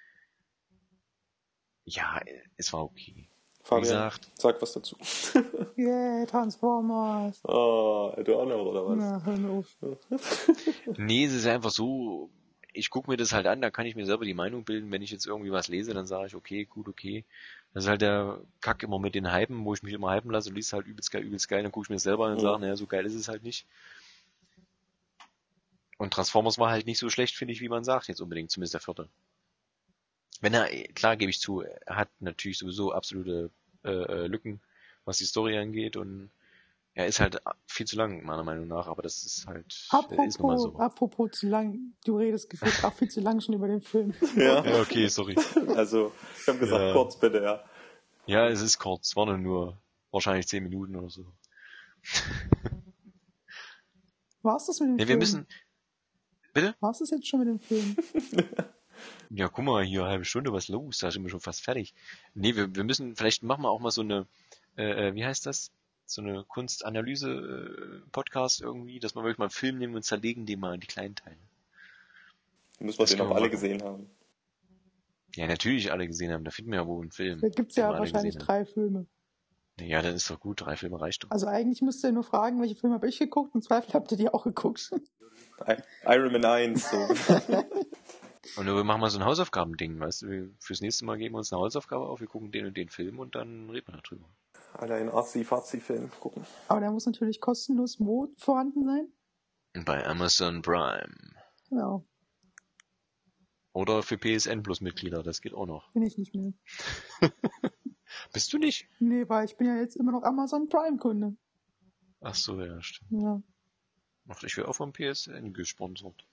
Ja, äh, es war okay. Wie Fabian, gesagt, sag was dazu. Yeah, Transformers. Oh, du auch noch, oder was? Na, hör mir auf. nee, es ist einfach so, ich gucke mir das halt an, da kann ich mir selber die Meinung bilden. Wenn ich jetzt irgendwie was lese, dann sage ich, okay, gut, okay. Das ist halt der Kack immer mit den Hypen, wo ich mich immer hypen lasse und liest halt übelst geil, übelst geil, dann gucke ich mir das selber an und Ja. sage, naja, so geil ist es halt nicht. Und Transformers war halt nicht so schlecht, finde ich, wie man sagt, jetzt unbedingt, zumindest der vierte. Wenn er, klar gebe ich zu, er hat natürlich sowieso absolute äh, äh, Lücken, was die Story angeht und er ist halt viel zu lang, meiner Meinung nach, aber das ist halt, äh, ist nun mal Apropos, so. apropos zu lang, du redest gefühlt auch viel zu lang schon über den Film. Ja, Ja, okay, sorry. also, ich habe gesagt, Ja. kurz bitte, ja. Ja, es ist kurz, es waren nur wahrscheinlich zehn Minuten oder so. War's das mit dem Nee, Film? wir müssen, bitte? War's das jetzt schon mit dem Film? Ja, guck mal, hier, halbe Stunde, was los? Da sind wir schon fast fertig. Nee, wir, wir müssen, vielleicht machen wir auch mal so eine, äh, äh, wie heißt das? So eine Kunstanalyse-Podcast irgendwie, dass wir wirklich mal einen Film nehmen und zerlegen den mal in die kleinen Teile. Müssen wir Das den können auch wir alle machen. gesehen haben. Ja, natürlich alle gesehen haben, da finden wir ja wohl einen Film. Da gibt's den ja wir alle wahrscheinlich gesehen drei Filme. haben. Ja, dann ist doch gut, drei Filme reicht doch. Also eigentlich müsst ihr nur fragen, welche Filme habe ich geguckt? Im Zweifel habt ihr die auch geguckt. I- Iron Man eins, so. Und wir machen mal so ein Hausaufgabending, weißt du, wir, fürs nächste Mal geben wir uns eine Hausaufgabe auf, wir gucken den und den Film und dann reden wir darüber. Alle einen Arzi-Fazi-Film gucken. Aber der muss natürlich kostenlos wo vorhanden sein. Bei Amazon Prime. Genau, Oder für P S N Plus Mitglieder, das geht auch noch. bin ich nicht mehr. Bist du nicht? Nee, weil ich bin ja jetzt immer noch Amazon Prime-Kunde. Ach so, ja, stimmt. Ja. Ach, ich wäre auch vom P S N gesponsert.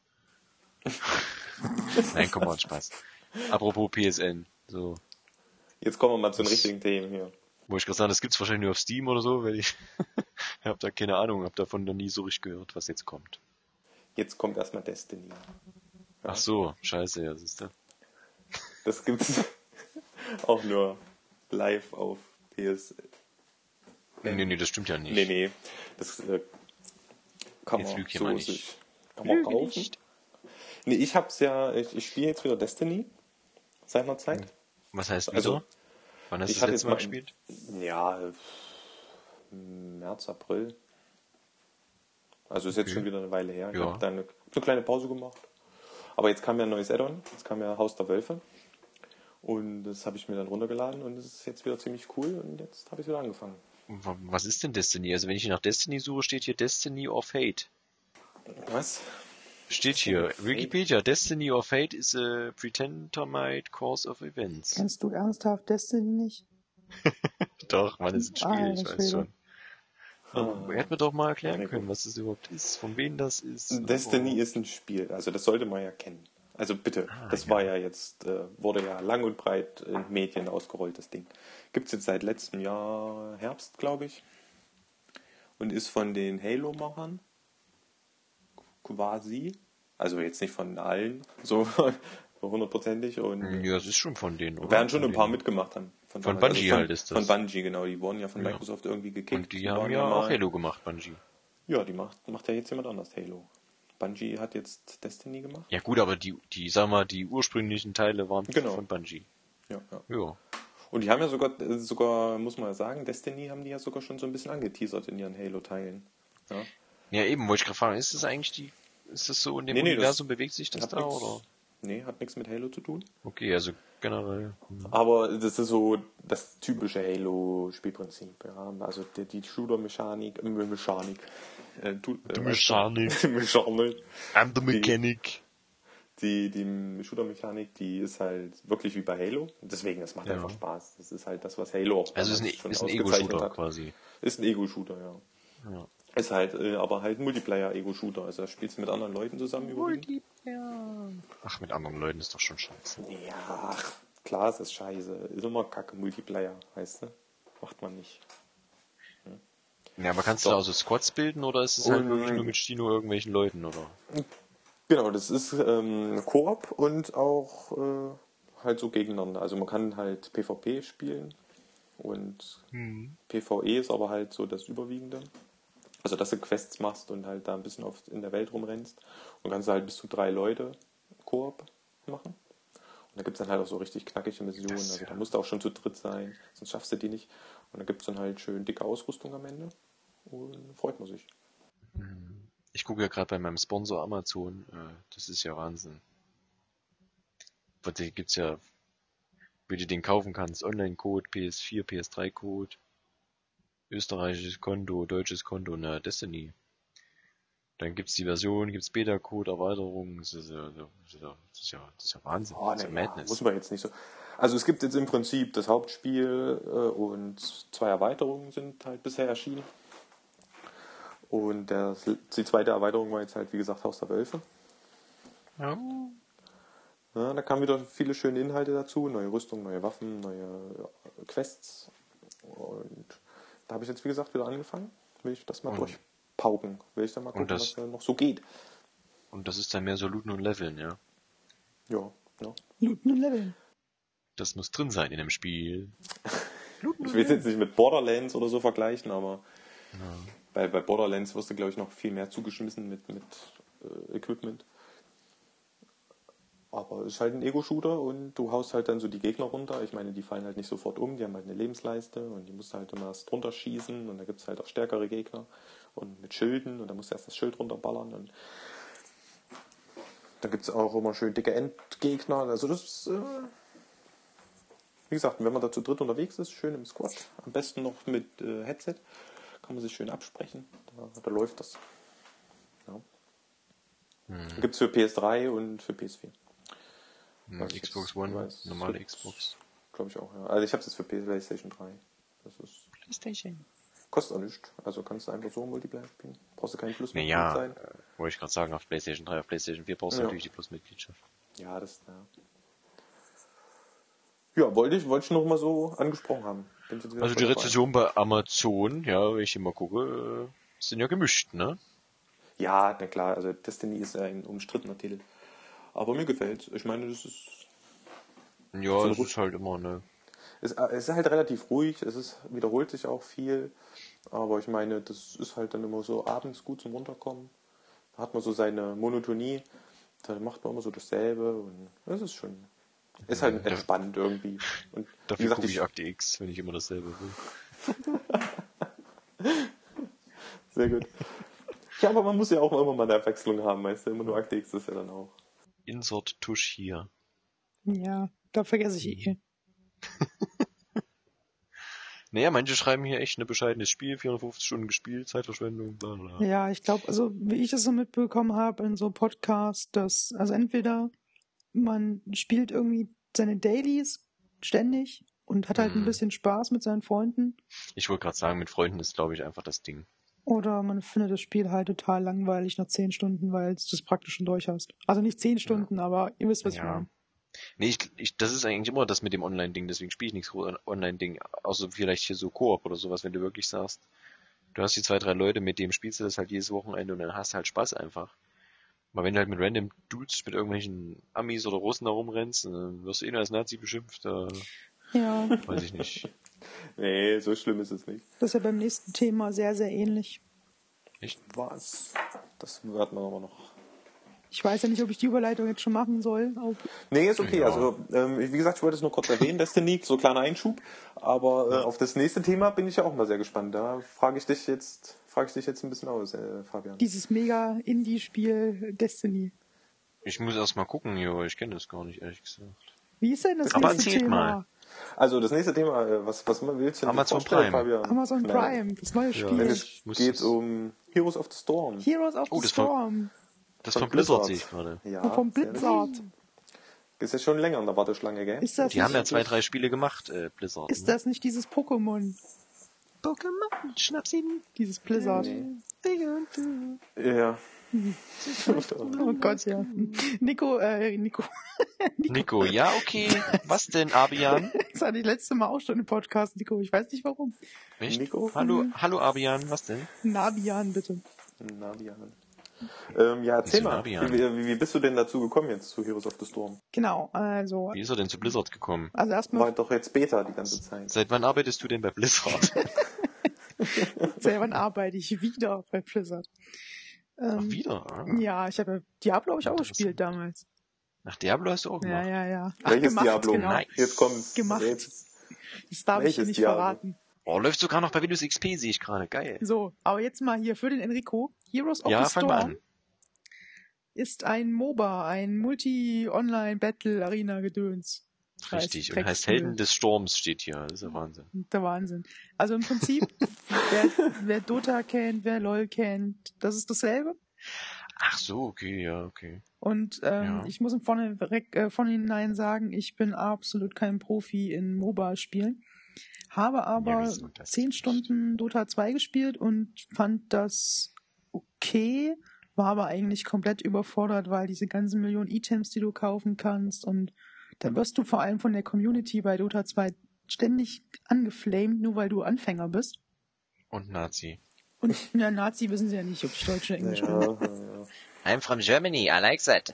Nein, komm mal, Spaß. Apropos P S N, so, Jetzt kommen wir mal zu den Das- richtigen Themen hier. wo ich gerade sagen, das gibt's wahrscheinlich nur auf Steam oder so, weil ich hab da keine Ahnung, hab davon noch nie so richtig gehört, was jetzt kommt. Jetzt kommt erstmal Destiny. Ach so, scheiße, ja, siehst du. Das gibt's auch nur live auf P S. Nee, nee, nee, das stimmt ja nicht. Nee, nee. Das äh, kann Jetzt man lüg hier so mal nicht. sich kann man Lüge kaufen. nicht. Nee, ich hab's ja, ich, ich spiele jetzt wieder Destiny seit einer Zeit. Was heißt wieder? Also, Wann hast du ich das hatte letzte jetzt Mal mal- gespielt? Ja, äh, März, April. Also ist jetzt Okay. schon wieder eine Weile her. Ich Ja. habe da eine, eine kleine Pause gemacht. Aber jetzt kam ja ein neues Add-on. Jetzt kam ja Haus der Wölfe. Und das habe ich mir dann runtergeladen und es ist jetzt wieder ziemlich cool und jetzt habe ich wieder angefangen. W- Was ist denn Destiny? Also wenn ich nach Destiny suche, steht hier Destiny or Fate. Was? Steht hier, Wikipedia, Destiny or Fate is a predetermined course of events. Kennst du ernsthaft Destiny nicht? Doch, man ist ein Spiel, Alter ich weiß Schwede. schon. Aber er hätte mir doch mal erklären Ja, können, was das überhaupt ist, von wem das ist. Destiny Oh. ist ein Spiel, also das sollte man ja kennen. Also bitte, Ah, das ja. war ja jetzt, äh, wurde ja lang und breit in Medien ausgerollt, das Ding. Gibt's jetzt seit letztem Jahr Herbst, glaube ich. Und ist von den Halo-Machern quasi, also jetzt nicht von allen, so so hundertprozentig. Und Ja, das ist schon von denen, oder? werden schon Von ein paar denen. mitgemacht haben. Von damals. Bungie Also von, halt ist das. Von Bungie, genau. Die wurden ja von Ja. Microsoft irgendwie gekickt. Und die Die haben waren ja mal- auch Halo gemacht, Bungie. Ja, die macht, macht ja jetzt jemand anders Halo. Bungie hat jetzt Destiny gemacht. Ja gut, aber die, die, sag mal, die ursprünglichen Teile waren Genau. von Bungie. Ja, ja. Ja. Und die haben ja sogar, äh, sogar, muss man ja sagen, Destiny haben die ja sogar schon so ein bisschen angeteasert in ihren Halo-Teilen. Ja. Ja, eben, wollte ich gerade fragen, ist das eigentlich die, ist das so in dem Nee, nee, das Universum, bewegt sich das Hat da, nix, oder? Nee, hat nichts mit Halo zu tun. Okay, also generell. hm. Aber das ist so das typische Halo-Spielprinzip. Ja. Also die, die Shooter-Mechanik, äh, Mechanik. Äh, tu, äh, Die Mechanik. Mechanik. I'm the Die- mechanic. Die, die Shooter-Mechanik, die ist halt wirklich wie bei Halo. Deswegen, das macht Ja. einfach Spaß. Das ist halt das, was Halo auch Also ist ein, damals schon ist ein ausgezeichnet Ego-Shooter hat. quasi. Ist ein Ego-Shooter, ja. Ja. Ist halt, äh, aber halt ein Multiplayer-Ego-Shooter. Also da spielst du mit anderen Leuten zusammen überwiegend. Ach, mit anderen Leuten ist doch schon scheiße. Ja, ach, klar, es ist scheiße. Ist immer kacke, Multiplayer, weißt du? Macht man nicht. Ja, aber kannst Doch. du da also Squads bilden, oder ist es halt Und- wirklich nur mit Stino irgendwelchen Leuten, oder? Genau, das ist ähm, Koop und auch äh, halt so gegeneinander. Also man kann halt PvP spielen und PvE ist aber halt so das Überwiegende. Also dass du Quests machst und halt da ein bisschen auf, in der Welt rumrennst. Und kannst du halt bis zu drei Leute Koop machen. Und da gibt es dann halt auch so richtig knackige Missionen. Das, Also ja. da musst du auch schon zu dritt sein, sonst schaffst du die nicht. Und da gibt es dann halt schön dicke Ausrüstung am Ende. Und freut man sich. Ich gucke ja gerade bei meinem Sponsor Amazon, äh, das ist ja Wahnsinn. Weil da gibt's ja, wie du den kaufen kannst, Online-Code, P S vier, P S drei Code, österreichisches Konto, deutsches Konto, na, Destiny. Dann gibt's die Version, gibt's Beta-Code, Erweiterungen, das ist ja, das ist ja, das ist ja, das ist ja Wahnsinn, Oh, das ist ja na ja, Madness. muss man jetzt nicht so. Also es gibt jetzt im Prinzip das Hauptspiel äh, und zwei Erweiterungen sind halt bisher erschienen. Und der, die zweite Erweiterung war jetzt halt, wie gesagt, Haus der Wölfe. Ja. Ja, da kamen wieder viele schöne Inhalte dazu, neue Rüstung, neue Waffen, neue äh, Quests. Und da habe ich jetzt, wie gesagt, wieder angefangen. Will ich das mal Und- durchpauken. Will ich dann mal gucken, das- was da noch so geht. Und das ist dann mehr so Looten und Leveln, ja. Ja, ja. Looten und Leveln. Das muss drin sein in dem Spiel. Ich will es jetzt nicht mit Borderlands oder so vergleichen, aber bei, bei Borderlands wirst du, glaube ich, noch viel mehr zugeschmissen mit, mit äh, Equipment. Aber es ist halt ein Ego-Shooter und du haust halt dann so die Gegner runter. Ich meine, die fallen halt nicht sofort um, die haben halt eine Lebensleiste und die musst du halt immer erst drunter schießen und da gibt es halt auch stärkere Gegner und mit Schilden und da musst du erst das Schild runterballern und da gibt es auch immer schön dicke Endgegner. Also das ist, äh, wie gesagt, wenn man da zu dritt unterwegs ist, schön im Squad, am besten noch mit äh, Headset, kann man sich schön absprechen, da, da läuft das. Ja. Hm. Gibt es für P S drei und für P S vier. Hm, Was ich Xbox jetzt One, weiß, normale gibt's- Xbox. Glaube ich auch, ja. Also ich habe es jetzt für PlayStation drei. Das ist, PlayStation. kostet auch nichts. Also kannst du einfach so Multiplayer spielen. Brauchst du keinen Plus Naja, sein. äh, wollte ich gerade sagen, auf PlayStation drei, auf PlayStation vier brauchst du Ja. natürlich die Plusmitgliedschaft. Ja, das, ja. Ja, wollte ich, wollte ich noch mal so angesprochen haben. Bin ich jetzt wieder Also die voll dabei. Rezession bei Amazon, ja, wenn ich immer gucke, äh, sind ja gemischt, ne? Ja, na klar, also Destiny ist ja ein umstrittener Titel. Aber mir gefällt's. Ich meine, das ist, Ja, So es gut. ist halt immer, ne? es, es ist halt relativ ruhig, es ist, wiederholt sich auch viel. Aber ich meine, das ist halt dann immer so abends gut zum Runterkommen. Da hat man so seine Monotonie. Da macht man immer so dasselbe und das ist schon, ist halt Ja. entspannt irgendwie. Und wie Dafür gesagt, gucke ich ich, Akte X, wenn ich immer dasselbe will. sehr gut. Ja, aber man muss ja auch immer mal eine Abwechslung haben, weißt du, immer nur Akte X ist ja dann auch. Insert Tusch hier. Ja, da vergesse ich eh. Naja, manche schreiben hier echt ein bescheidenes Spiel, vierhundertfünfzig Stunden gespielt, Zeitverschwendung, bla bla. Ja, ich glaube, also wie ich das so mitbekommen habe in so Podcasts, dass, also entweder man spielt irgendwie seine Dailies ständig und hat halt ein Mhm. bisschen Spaß mit seinen Freunden, Ich wollte gerade sagen, mit Freunden ist, glaube ich, einfach das Ding. oder man findet das Spiel halt total langweilig nach zehn Stunden, weil du das praktisch schon durch hast. Also nicht zehn Stunden, aber ihr wisst, was ich Ja. meine. Nee, ich, ich, das ist eigentlich immer das mit dem Online-Ding, deswegen spiele ich nichts Online-Ding, außer vielleicht hier so Koop oder sowas, wenn du wirklich sagst, du hast die zwei, drei Leute, mit denen spielst du das halt jedes Wochenende und dann hast du halt Spaß einfach. Weil wenn du halt mit random Dudes, mit irgendwelchen Amis oder Russen da rumrennst, dann wirst du eh nur als Nazi beschimpft, da Ja, weiß ich nicht. Nee, so schlimm ist es nicht. das ist ja beim nächsten Thema sehr, sehr ähnlich. Echt? Was? Das wird man aber noch. Ich weiß ja nicht, ob ich die Überleitung jetzt schon machen soll. Ob Nee, ist okay. Ja. Also, ähm, wie gesagt, ich wollte es nur kurz erwähnen, Destiny, so kleiner Einschub. Aber äh, Ja. auf das nächste Thema bin ich ja auch mal sehr gespannt. Da frage ich dich jetzt, frage ich dich jetzt ein bisschen aus, äh, Fabian. dieses mega Indie-Spiel Destiny. Ich muss erst mal gucken, jo, ich kenne das gar nicht, ehrlich gesagt. Wie ist denn das Aber nächste erzählt Thema? mal. Also, das nächste Thema, äh, was, was willst du denn Amazon vorstellen, Prime. Fabian? Amazon Nein. Prime, das neue Ja. Spiel. Denn Ich es muss geht das- um Heroes of the Storm. Heroes of Oh, the das war- Storm. Das Von von Blizzard Blizzard. sehe ich gerade. Ja, Vom sehr Blizzard. richtig. Ist ja schon länger in der Warteschlange, gell? Ist das, Die haben ja nicht, zwei, drei Spiele gemacht, äh, Blizzard. ist ne? das nicht dieses Pokémon? Pokémon, schnapp's ihn. Dieses Blizzard. Ja. Oh Gott, ja. Nico, äh, Nico. Nico, ja, okay. Was denn, Abian? Das hatte ich letzte Mal auch schon im Podcast, Nico. Ich weiß nicht warum. Echt? Nico? Hallo, hallo Abian, was denn? Nabian, bitte. Nabian. Ähm, ja, erzähl Wieso mal, Nabian? wie, wie, wie bist du denn dazu gekommen jetzt zu Heroes of the Storm? Genau, also, Wie ist er denn zu Blizzard gekommen? also War erstmal, doch jetzt Beta die ganze Zeit. Seit wann arbeitest du denn bei Blizzard? selber arbeite ich wieder bei Blizzard. Ach, Ähm, wieder? Ah. Ja, ich habe ja Diablo habe ich auch Interessant. gespielt damals. Nach Diablo hast du auch Ja, gemacht. ja, ja. Ach, Welches gemacht, Diablo? genau. Nice. Jetzt kommt's. Gemacht. Jetzt. Das darf ich hier Welches nicht Diablo? verraten. Oh, läuft sogar noch bei Windows X P, sehe ich gerade. Geil. So, aber jetzt mal hier für den Enrico. Heroes of Ja, the fang mal Storm an. ist ein MOBA, ein Multi-Online-Battle-Arena-Gedöns. Richtig. Und heißt Drecksmüll. Helden des Sturms steht hier. Das ist ja Wahnsinn. Der Wahnsinn. Also im Prinzip, wer, wer Dota kennt, wer LoL kennt, das ist dasselbe. Ach so, okay, ja, okay. Und ähm, Ja. ich muss im Vorne, äh, vornherein sagen, ich bin absolut kein Profi in MOBA-Spielen. Habe aber wieso das zehn nicht? Stunden Dota zwei gespielt und fand das okay, war aber eigentlich komplett überfordert, weil diese ganzen Millionen Items, die du kaufen kannst, und da wirst du vor allem von der Community bei Dota zwei ständig angeflamed, nur weil du Anfänger bist. Und Nazi. Und ja, Nazi wissen sie ja nicht, ob ich Deutsch oder Englisch bin. Ja, ja. I'm from Germany, I like that.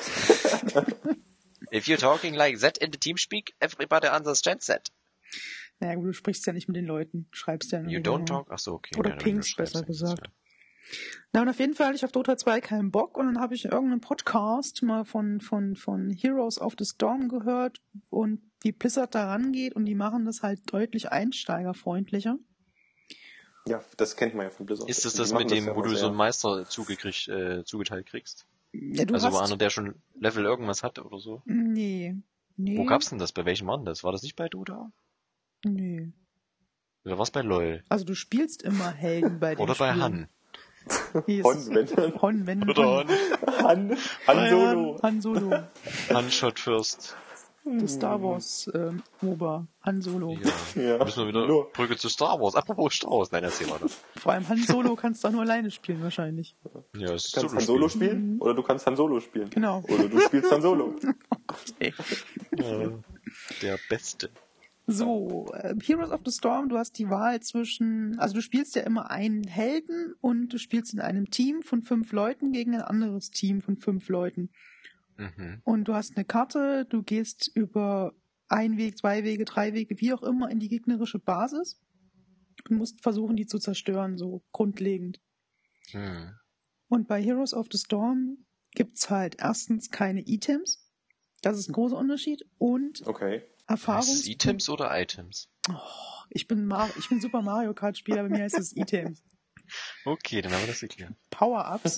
If you're talking like that in the team speak, everybody understands that. Naja, gut, du sprichst ja nicht mit den Leuten, schreibst ja You nur. don't talk? Ach so, okay. Oder Ja, wenn du pingst, schreibst, besser dann ist gesagt. ja- Na, und auf jeden Fall hatte ich auf Dota zwei keinen Bock, und dann habe ich irgendeinen Podcast mal von, von, von Heroes of the Storm gehört und wie Blizzard da rangeht, und die machen das halt deutlich einsteigerfreundlicher. Ja, das kennt man ja von Blizzard. Ist es Die das machen mit dem, ja wo immer du sehr- so einen Meister zugekriegt, äh, zugeteilt kriegst? Ja, du Also wo hast... einer, der schon Level irgendwas hat oder so? Nee. Nee. Wo gab's denn das? Bei welchem war denn das? War das nicht bei Dota? Nee. Oder war's bei LOL? Also du spielst immer Helden bei den Oder bei Spielen. Han? Hier ist- Hon, wenn Hon, wenn Oder Han? Han, Han Solo. Han Solo. Han shot first. Das Star Wars ähm, MOBA. Han Solo. Ja. Ja. Müssen wir wieder Nur. Brücke zu Star Wars. Apropos Star Wars. Nein, erzähl mal das. Vor allem Han Solo kannst du auch nur alleine spielen wahrscheinlich. Ja, es ist Du kannst Han Solo Solo-Spiel. spielen oder du kannst Han Solo spielen. Genau. Oder du spielst Han Solo. Ey. Ja, der Beste. So, äh, Heroes of the Storm, du hast die Wahl zwischen, also du spielst ja immer einen Helden und du spielst in einem Team von fünf Leuten gegen ein anderes Team von fünf Leuten. Mhm. Und du hast eine Karte, du gehst über ein Weg, zwei Wege, drei Wege, wie auch immer, in die gegnerische Basis und musst versuchen, die zu zerstören, so grundlegend. Hm. Und bei Heroes of the Storm gibt's halt erstens keine Items. Das ist ein großer Unterschied. Und Okay. Heißt Erfahrungs... es Items oder Items? Ich bin, Mar ich bin Super Mario Kart Spieler, bei mir heißt es Items. Okay, dann haben wir das geklärt. Power-Ups.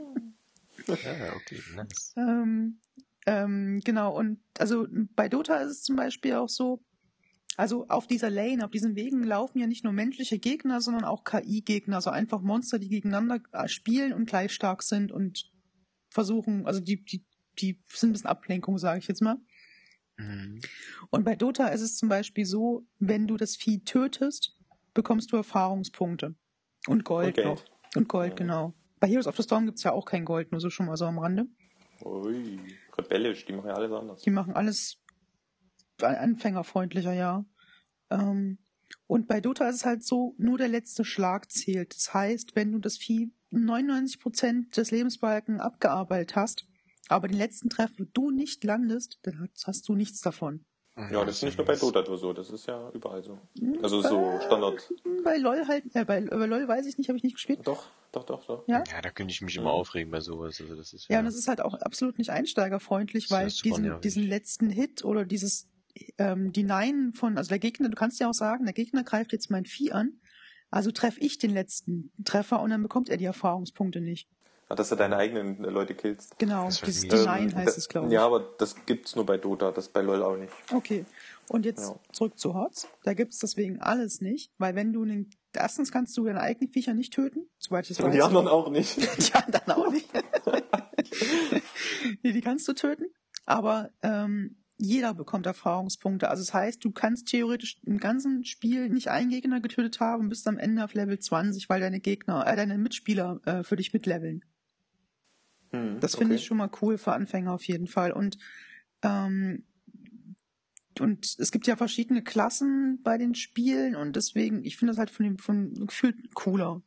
Ja, okay, nice. ähm, ähm, genau, und also bei Dota ist es zum Beispiel auch so, also auf dieser Lane, auf diesen Wegen laufen ja nicht nur menschliche Gegner, sondern auch K I-Gegner, also einfach Monster, die gegeneinander äh, spielen und gleich stark sind und versuchen, also die, die, die sind ein bisschen Ablenkung, sage ich jetzt mal. Mhm. Und bei Dota ist es zum Beispiel so, wenn du das Vieh tötest, bekommst du Erfahrungspunkte. Und Gold Und Geld. noch. Und Gold, Ja. genau. Bei Heroes of the Storm gibt's ja auch kein Gold, nur so schon mal so am Rande. Ui, rebellisch, die machen ja alles anders. Die machen alles anfängerfreundlicher, ja. Ähm, und bei Dota ist es halt so, nur der letzte Schlag zählt. Das heißt, wenn du das Vieh neunundneunzig Prozent des Lebensbalken abgearbeitet hast, aber den letzten Treffer du nicht landest, dann hast du nichts davon. Ja, das ist nicht nur bei Dota nur so, das ist ja überall so. Also so Standard. Bei LoL halt, äh, bei, bei LoL weiß ich nicht, habe ich nicht gespielt. Doch, doch, doch, doch. Ja, Ja, da könnte ich mich immer aufregen bei sowas. Also das ist ja, und das ist halt auch absolut nicht einsteigerfreundlich, Das weil ist super diesen, nervig. diesen letzten Hit oder dieses ähm, Denyen von, also der Gegner, du kannst ja auch sagen, der Gegner greift jetzt mein Vieh an, also treffe ich den letzten Treffer und dann bekommt er die Erfahrungspunkte nicht. Ja, dass du deine eigenen Leute killst. Genau, Das ist dieses mies. Denyen Ähm, heißt da- es, glaube ich. Ja, aber das gibt's nur bei Dota, das bei LoL auch nicht. Okay, und jetzt Ja. zurück zu Hots. Da gibt es deswegen alles nicht, weil wenn du den, erstens kannst du deine eigenen Viecher nicht töten, soweit ich das Und weiß. die anderen auch nicht. Die anderen auch nicht. Nee, die kannst du töten, aber ähm, jeder bekommt Erfahrungspunkte. Also das heißt, du kannst theoretisch im ganzen Spiel nicht einen Gegner getötet haben und bist am Ende auf Level zwanzig, weil deine Gegner, äh, deine Mitspieler äh, für dich mitleveln. Hm, Das finde okay. ich schon mal cool für Anfänger auf jeden Fall. Und ähm, und es gibt ja verschiedene Klassen bei den Spielen und deswegen, ich finde das halt von dem von Gefühl cooler.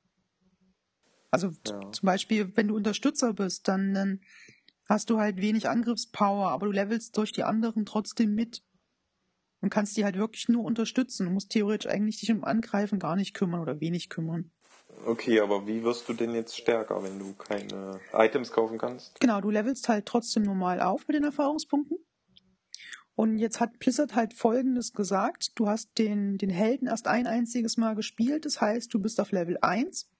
Also t- Ja. zum Beispiel, wenn du Unterstützer bist, dann, dann hast du halt wenig Angriffspower, aber du levelst durch die anderen trotzdem mit und kannst die halt wirklich nur unterstützen. Du musst theoretisch eigentlich dich um Angreifen gar nicht kümmern oder wenig kümmern. Okay, aber wie wirst du denn jetzt stärker, wenn du keine Items kaufen kannst? Genau, du levelst halt trotzdem normal auf mit den Erfahrungspunkten. Und jetzt hat Blizzard halt Folgendes gesagt. Du hast den, den Helden erst ein einziges Mal gespielt. Das heißt, du bist auf Level eins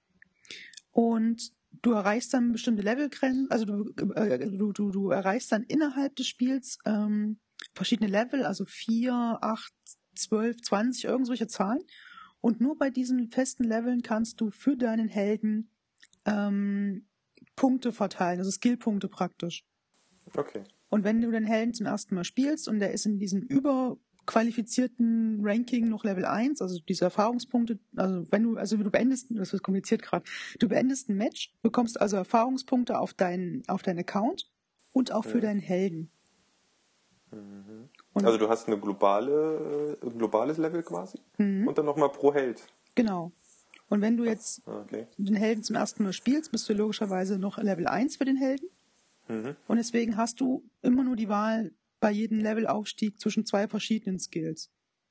und du erreichst dann bestimmte Levelgrenzen. Also du, äh, du, du, du erreichst dann innerhalb des Spiels ähm, verschiedene Level, also vier, acht, zwölf, zwanzig, irgend solche Zahlen. Und nur bei diesen festen Leveln kannst du für deinen Helden ähm, Punkte verteilen, also Skillpunkte praktisch. Okay. Und wenn du den Helden zum ersten Mal spielst und der ist in diesem überqualifizierten Ranking noch Level eins, also diese Erfahrungspunkte, also wenn du, also du beendest, das ist kompliziert gerade, du beendest ein Match, bekommst also Erfahrungspunkte auf deinen, auf deinen Account und auch für Mhm. deinen Helden. Und Also du hast eine globale, äh, ein globales Level quasi Mhm. und dann nochmal pro Held. genau. Und wenn du jetzt Okay. den Helden zum ersten Mal spielst, bist du logischerweise noch Level eins für den Helden. Mhm. Und deswegen hast du immer nur die Wahl bei jedem Levelaufstieg zwischen zwei verschiedenen Skills.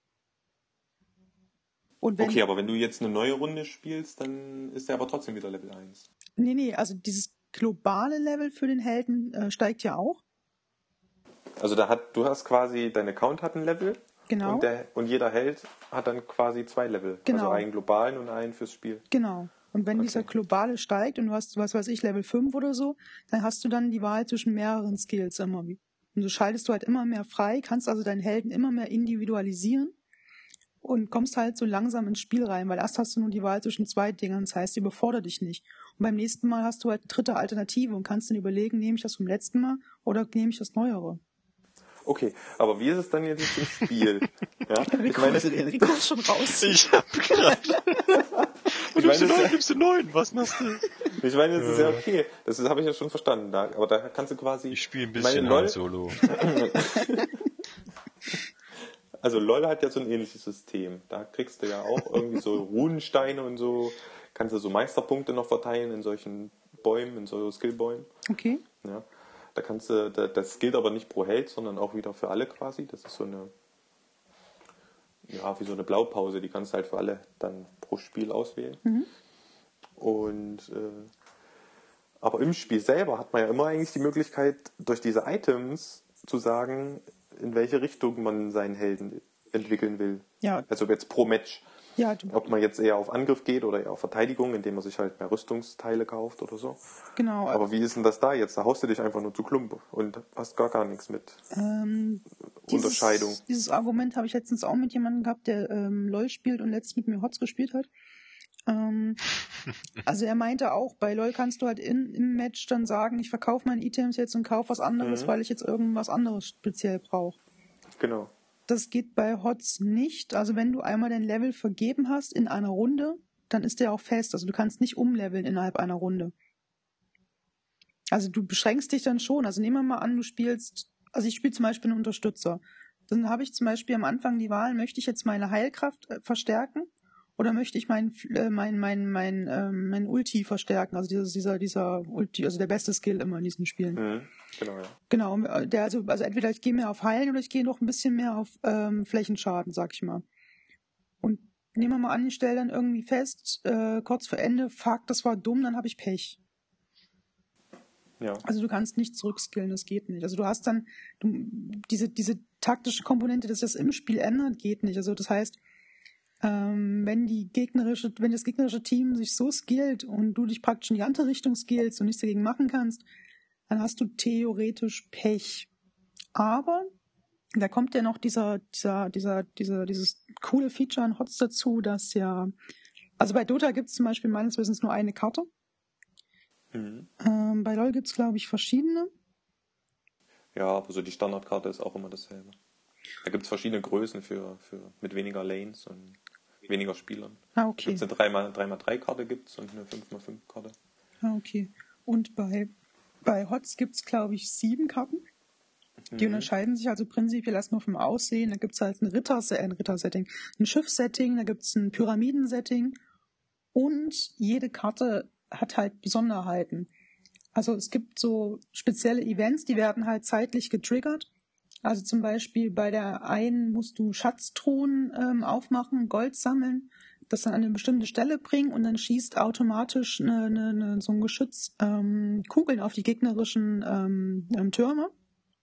Und wenn, Okay, aber wenn du jetzt eine neue Runde spielst, dann ist er aber trotzdem wieder Level eins. nee, nee, also dieses globale Level für den Helden äh, steigt ja auch. Also da hat, du hast quasi, dein Account hat ein Level Genau. und, der, und jeder Held hat dann quasi zwei Level. Genau. Also einen globalen und einen fürs Spiel. Genau. Und wenn Okay. dieser globale steigt und du hast, was weiß ich, Level fünf oder so, dann hast du dann die Wahl zwischen mehreren Skills immer. Und so schaltest du halt immer mehr frei, kannst also deinen Helden immer mehr individualisieren und kommst halt so langsam ins Spiel rein, weil erst hast du nur die Wahl zwischen zwei Dingen, das heißt, die überfordert dich nicht. Und beim nächsten Mal hast du halt eine dritte Alternative und kannst dann überlegen, nehme ich das vom letzten Mal oder nehme ich das Neuere. Okay, aber wie ist es dann jetzt im Spiel? Ja? Ich meine, Rico ist schon raus. Ich hab gerade. ich meine, das ist ja, nimmst du neun, was machst du? ich meine, das ist ja okay. Das ist- habe ich ja schon verstanden. Da, aber da kannst du quasi... Ich spiele ein meine, bisschen LOL, Han Solo. Also LoL hat ja so ein ähnliches System. Da kriegst du ja auch irgendwie so Runensteine und so. Kannst du so Meisterpunkte noch verteilen in solchen Bäumen, in so Skillbäumen. Okay. Ja. Da kannst du, da- das gilt aber nicht pro Held, sondern auch wieder für alle quasi. Das ist so eine, ja, wie so eine Blaupause. Die kannst du halt für alle dann pro Spiel auswählen. Und äh, aber im Spiel selber hat man ja immer eigentlich die Möglichkeit, durch diese Items zu sagen, in welche Richtung man seinen Helden entwickeln will. Ja, Also jetzt pro Match. ja, du, Ob man jetzt eher auf Angriff geht oder eher auf Verteidigung, indem man sich halt mehr Rüstungsteile kauft oder so. genau. Aber wie ist denn das da jetzt? Da haust du dich einfach nur zu Klump und hast gar gar nichts mit Ähm, Unterscheidung. Dieses, dieses Argument habe ich letztens auch mit jemandem gehabt, der ähm, LoL spielt und letztens mit mir Hots gespielt hat. Ähm, also er meinte auch, bei LoL kannst du halt in, im Match dann sagen, ich verkaufe meine Items jetzt und kaufe was anderes, Mhm. weil ich jetzt irgendwas anderes speziell brauche. Genau. Das geht bei Hots nicht. Also wenn du einmal dein Level vergeben hast in einer Runde, dann ist der auch fest. Also du kannst nicht umleveln innerhalb einer Runde. Also du beschränkst dich dann schon. Also nehmen wir mal an, du spielst, also ich spiele zum Beispiel einen Unterstützer. Dann habe ich zum Beispiel am Anfang die Wahl, möchte ich jetzt meine Heilkraft äh, verstärken oder möchte ich mein, äh, mein, mein, mein, ähm, mein Ulti verstärken, also dieses, dieser, dieser Ulti, also der beste Skill immer in diesen Spielen. Mhm. Genau, ja. Genau, äh, der, also, also entweder ich gehe mehr auf Heilen oder ich gehe noch ein bisschen mehr auf ähm, Flächenschaden, sag ich mal. Und nehmen wir mal an, ich stelle dann irgendwie fest, äh, kurz vor Ende, fuck, das war dumm, dann habe ich Pech. Ja. Also du kannst nicht zurückskillen, das geht nicht. Also du hast dann, du, diese, diese taktische Komponente, dass das im Spiel ändert, geht nicht. Also das heißt, ähm, wenn die gegnerische, wenn das gegnerische Team sich so skillt und du dich praktisch in die andere Richtung skillst und nichts dagegen machen kannst, dann hast du theoretisch Pech. Aber da kommt ja noch dieser, dieser, dieser, dieser, dieses coole Feature an H O T S dazu, dass ja, also bei Dota gibt es zum Beispiel meines Wissens nur eine Karte. Mhm. Ähm, bei LoL gibt es, glaube ich, verschiedene. Ja, aber so die Standardkarte ist auch immer dasselbe. Da gibt es verschiedene Größen für, für mit weniger Lanes und weniger Spielern. Ah, Da okay. gibt es eine drei mal drei Karte gibt's und eine fünf mal fünf Karte. Ah, okay. Und bei, bei H O T S gibt es, glaube ich, sieben Karten. Die Mhm. unterscheiden sich also prinzipiell erstmal vom Aussehen. Da gibt es halt ein Ritter, äh, ein Ritter-Setting, ein Schiff-Setting, da gibt es ein Pyramiden-Setting und jede Karte hat halt Besonderheiten. Also es gibt so spezielle Events, die werden halt zeitlich getriggert. Also zum Beispiel bei der einen musst du Schatztruhen ähm, aufmachen, Gold sammeln, das dann an eine bestimmte Stelle bringen und dann schießt automatisch eine, eine, eine, so ein Geschütz ähm, Kugeln auf die gegnerischen ähm, ähm, Türme.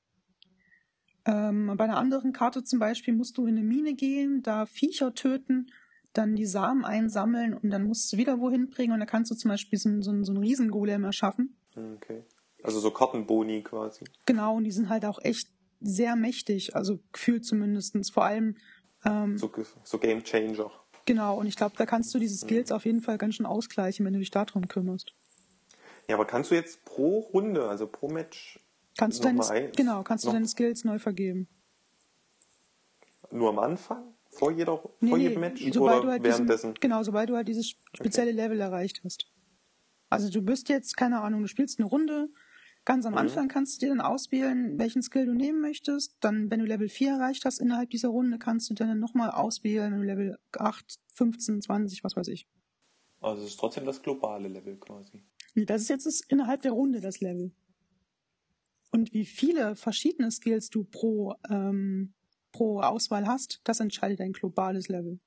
Ähm, bei einer anderen Karte zum Beispiel musst du in eine Mine gehen, da Viecher töten, dann die Samen einsammeln und dann musst du wieder wohin bringen und da kannst du zum Beispiel so, so, so einen Riesengolem erschaffen. Okay. Also so Kartenboni quasi. Genau, und die sind halt auch echt sehr mächtig, also gefühlt zumindest. Vor allem, ähm, So, so Game Changer. genau, und ich glaube, da kannst du diese Skills auf jeden Fall ganz schön ausgleichen, wenn du dich darum kümmerst. Ja, aber kannst du jetzt pro Runde, also pro Match, Kannst du deine, noch mal ein, genau, kannst du noch, deine Skills neu vergeben. nur am Anfang? Vor, jeder, Nee, vor nee, jedem Match? sobald Oder du halt währenddessen? diesen, genau, sobald du halt dieses spezielle Level erreicht hast. Also du bist jetzt, keine Ahnung, du spielst eine Runde, ganz am Mhm. Anfang kannst du dir dann auswählen, welchen Skill du nehmen möchtest. Dann, wenn du Level vier erreicht hast innerhalb dieser Runde, kannst du dann nochmal auswählen, wenn du Level acht, fünfzehn, zwanzig, was weiß ich. Also es ist trotzdem das globale Level quasi. Nee, das ist jetzt das, innerhalb der Runde das Level. Und wie viele verschiedene Skills du pro, ähm, pro Auswahl hast, das entscheidet dein globales Level.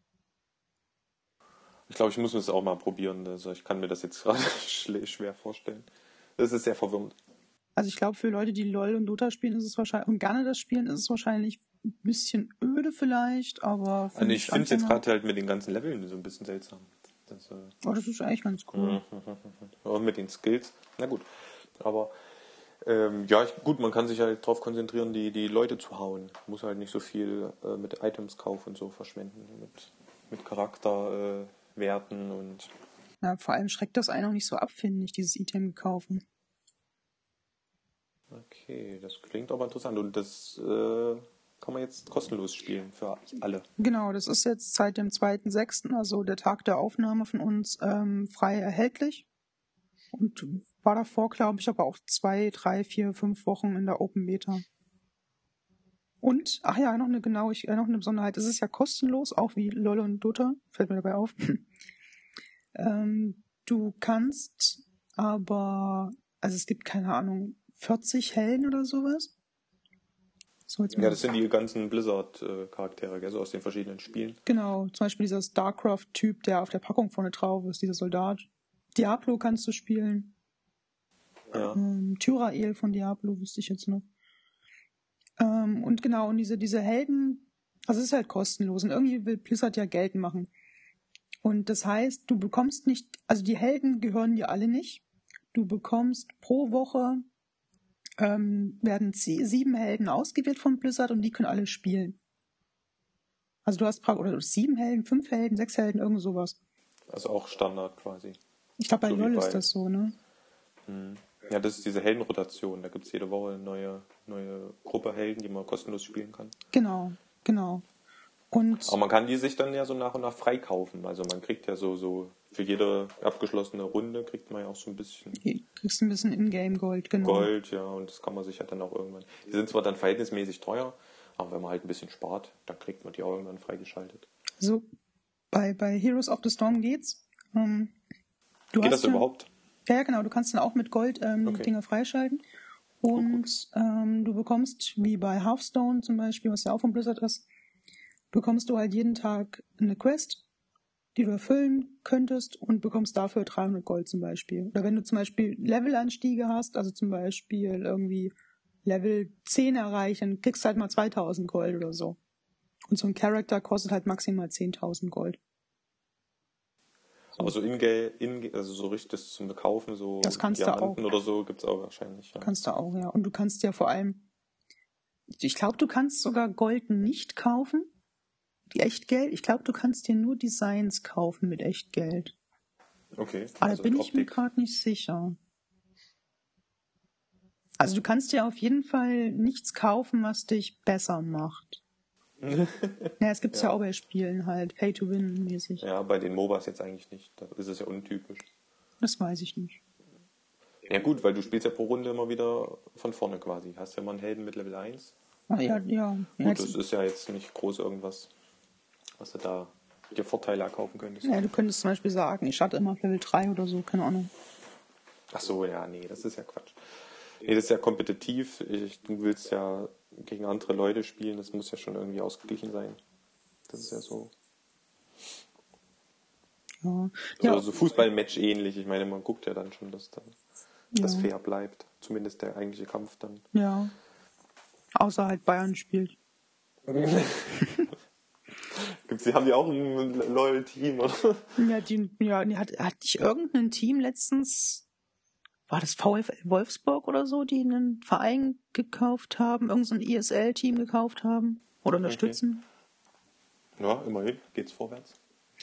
Ich glaube, ich muss mir das auch mal probieren. Also ich kann mir das jetzt gerade schwer vorstellen. Das ist sehr verwirrend. Also ich glaube, für Leute, die LoL und Dota spielen, ist es wahrscheinlich, und gerne das spielen, ist es wahrscheinlich ein bisschen öde vielleicht, aber für Also ich finde es jetzt Anfänger- gerade halt mit den ganzen Leveln so ein bisschen seltsam. Das, äh, Oh, das ist eigentlich ganz cool. Und mit den Skills. Na gut. Aber ähm, ja, ich, gut, man kann sich halt darauf konzentrieren, die, die Leute zu hauen. Muss halt nicht so viel äh, mit Items-Kauf und so verschwenden. Mit, mit Charakterwerten äh, Werten und Ja, vor allem schreckt das einen auch nicht so ab, finde ich, dieses Item kaufen. okay, das klingt aber interessant. Und das äh, kann man jetzt kostenlos spielen für alle. Genau, das ist jetzt seit dem zweiten sechsten, also der Tag der Aufnahme von uns, ähm, frei erhältlich. Und war davor, glaube ich, aber auch zwei, drei, vier, fünf Wochen in der Open Beta. Und, ach ja, noch eine genau, ich, äh, noch eine Besonderheit, es ist ja kostenlos, auch wie LoL und Dota, fällt mir dabei auf. ähm, du kannst aber, also es gibt, keine Ahnung, vierzig Helden oder sowas. So, jetzt Ja, mal- das sind die ganzen Blizzard-Charaktere, gell, so aus den verschiedenen Spielen. Genau, zum Beispiel dieser StarCraft-Typ, der auf der Packung vorne drauf ist, dieser Soldat. Diablo kannst du spielen. Ja. Ähm, Tyrael von Diablo wüsste ich jetzt noch. Ähm, und genau, und diese, diese Helden, also es ist halt kostenlos und irgendwie will Blizzard ja Geld machen. Und das heißt, du bekommst nicht, also die Helden gehören dir alle nicht. Du bekommst pro Woche, ähm, werden sie, sieben Helden ausgewählt von Blizzard und die können alle spielen. Also du hast pra- oder sieben Helden, fünf Helden, sechs Helden, irgend sowas. Also auch Standard quasi. Ich glaube, bei So wie LoL bei- ist das so, ne? Hm. Ja, das ist diese Heldenrotation. Da gibt es jede Woche eine neue, neue Gruppe Helden, die man kostenlos spielen kann. Genau, genau. Und Aber man kann die sich dann ja so nach und nach freikaufen. Also man kriegt ja so, so für jede abgeschlossene Runde kriegt man ja auch so ein bisschen du kriegst ein bisschen Ingame-Gold, genau. Gold, ja, und das kann man sich ja dann auch irgendwann. Die sind zwar dann verhältnismäßig teuer, aber wenn man halt ein bisschen spart, dann kriegt man die auch irgendwann freigeschaltet. So, bei, bei Heroes of the Storm geht's. Ähm, du Geht hast das ja, überhaupt? Ja, ja, genau. Du kannst dann auch mit Gold ähm, die Okay. Dinge freischalten. Und ähm, du bekommst, wie bei Hearthstone zum Beispiel, was ja auch von Blizzard ist, bekommst du halt jeden Tag eine Quest, die du erfüllen könntest und bekommst dafür dreihundert Gold zum Beispiel. Oder wenn du zum Beispiel Levelanstiege hast, also zum Beispiel irgendwie Level zehn erreichen, kriegst du halt mal zweitausend Gold oder so. Und so ein Charakter kostet halt maximal zehntausend Gold. Aber so Ingame, in, also so richtig das zum Kaufen, so Das kannst du Diamanten auch. oder so, gibt's auch wahrscheinlich. Ja. Kannst du auch, ja. Und du kannst ja vor allem, ich glaube, du kannst sogar Gold nicht kaufen, die Echtgeld. Ich glaube, du kannst dir nur Designs kaufen mit Echtgeld. Okay. Aber Also da bin ich mir Optik. gerade nicht sicher. Also du kannst dir auf jeden Fall nichts kaufen, was dich besser macht. Ja, es gibt's ja. Ja. auch bei Spielen halt, Pay-to-Win-mäßig. Ja, bei den MOBAs jetzt eigentlich nicht. Da ist es ja untypisch. Das weiß ich nicht. Ja gut, weil du spielst ja pro Runde immer wieder von vorne quasi. Hast ja immer einen Helden mit Level eins. Ah, ja, ja. Gut, ja, das ist ja jetzt nicht groß irgendwas, was du da dir Vorteile erkaufen könntest. ja, du könntest zum Beispiel sagen, ich hatte immer auf Level drei oder so, keine Ahnung. Ach so, ja, nee, das ist ja Quatsch. Nee, das ist ja kompetitiv. Ich, du willst ja gegen andere Leute spielen, das muss ja schon irgendwie ausgeglichen sein. Das ist ja so. Ja, So, ja, so Fußballmatch ähnlich. Ich meine, man guckt ja dann schon, dass dann das ja, fair bleibt. Zumindest der eigentliche Kampf dann. ja. Außer halt Bayern spielt. Gibt's, die, haben die auch ein loyal Team, oder? Ja, die, ja, die hat, hat nicht irgendein Team letztens, war das VfL Wolfsburg oder so, die einen Verein gekauft haben, irgend so ein I S L-Team gekauft haben oder unterstützen? Ja, immerhin geht's vorwärts.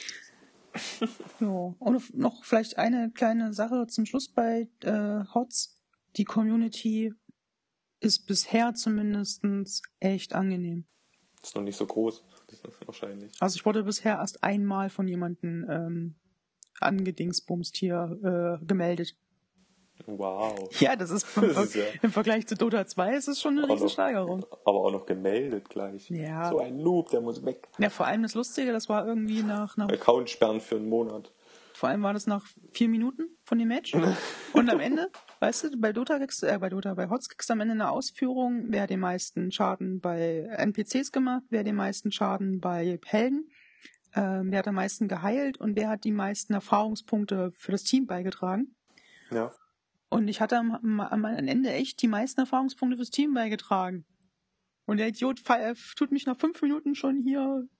Ja. Und noch vielleicht eine kleine Sache zum Schluss bei äh, H O T S. Die Community ist bisher zumindest echt angenehm. Ist noch nicht so groß, das ist wahrscheinlich. Also ich wurde bisher erst einmal von jemandem ähm, angedingsbumst hier äh, gemeldet. Wow. Ja, das ist, im, Das ist ja im Vergleich zu Dota zwei ist es schon eine auch riesen noch- Steigerung. Aber auch noch gemeldet gleich. Ja. So ein Noob, der muss weg. Ja, vor allem das Lustige, das war irgendwie nach, nach Account sperren für einen Monat. vor allem war das nach vier Minuten von dem Match. Und am Ende, weißt du, bei Dota kriegst du, äh, bei Dota, bei H O T S kriegst du am Ende eine Ausführung, wer hat den meisten Schaden bei N P Cs gemacht, wer hat den meisten Schaden bei Helden, ähm, wer hat am meisten geheilt und wer hat die meisten Erfahrungspunkte für das Team beigetragen. Ja. Und ich hatte am, am, am Ende echt die meisten Erfahrungspunkte fürs Team beigetragen. Und der Idiot fe- tut mich nach fünf Minuten schon hier.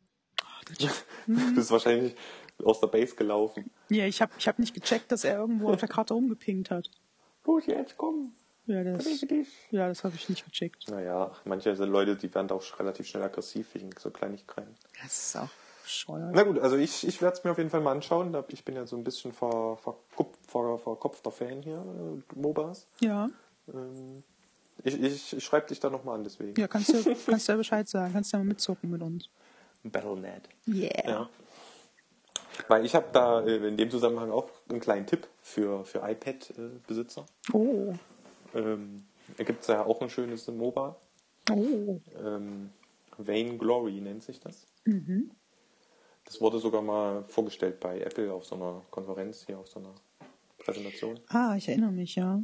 Du bist wahrscheinlich aus der Base gelaufen. Ja, ich habe ich hab nicht gecheckt, dass er irgendwo auf der Karte rumgepinkt hat. Gut, jetzt komm. Ja, das, Bewege dich. ja, das habe ich nicht gecheckt. Naja, manche sind Leute, die werden auch relativ schnell aggressiv wegen so Kleinigkeiten. Das ist auch bescheuert. Na gut, also ich, ich werde es mir auf jeden Fall mal anschauen. Da- Ich bin ja so ein bisschen ver, verkup- ver, verkopfter Fan hier, äh, MOBAs. Ja, Ähm, ich ich, ich schreibe dich da nochmal an, deswegen. ja, kannst du kannst du ja Bescheid sagen. Kannst ja mal mitzocken mit uns. Battle punkt net. Yeah. Ja. Weil ich habe da äh, in dem Zusammenhang auch einen kleinen Tipp für, für iPad-Besitzer. Oh, Ähm, da gibt es ja auch ein schönes MOBA. oh. Ähm, Vainglory nennt sich das. Mhm. Das wurde sogar mal vorgestellt bei Apple auf so einer Konferenz, hier auf so einer Präsentation. Ah, ich erinnere mich, ja.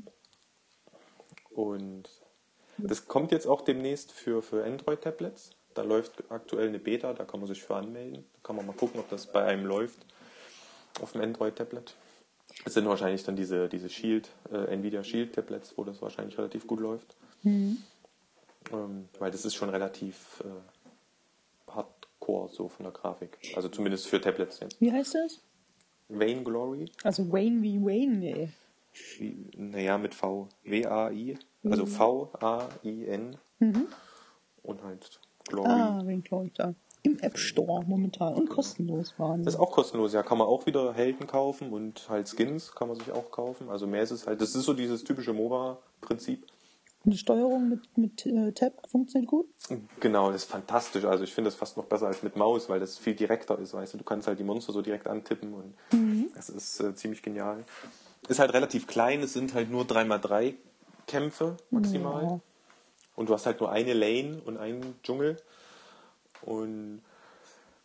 Und das kommt jetzt auch demnächst für, für Android-Tablets. Da läuft aktuell eine Beta, da kann man sich für anmelden. Da kann man mal gucken, ob das bei einem läuft auf dem Android-Tablet. Es sind wahrscheinlich dann diese, diese Shield, äh, Nvidia Shield-Tablets, wo das wahrscheinlich relativ gut läuft. Mhm. Ähm, weil das ist schon relativ äh, hardcore so von der Grafik. Also zumindest für Tablets jetzt. Wie heißt das? Vainglory, Also Wayne wie Wayne, nee. wie, naja, mit V. W A I, also V A I N Mhm. und halt Glory. Ah, Wayne glaube ich da. Im App Store momentan und kostenlos waren. Das ist auch kostenlos, ja, kann man auch wieder Helden kaufen und halt Skins kann man sich auch kaufen. Also mehr ist es halt, das ist so dieses typische MOBA-Prinzip. Und die Steuerung mit, mit äh, Tab funktioniert gut? Genau, das ist fantastisch. Also ich finde das fast noch besser als mit Maus, weil das viel direkter ist, weißt du. Du kannst halt die Monster so direkt antippen und Mhm. das ist äh, ziemlich genial. Ist halt relativ klein, es sind halt nur drei mal drei Kämpfe maximal. Ja. Und du hast halt nur eine Lane und einen Dschungel. Und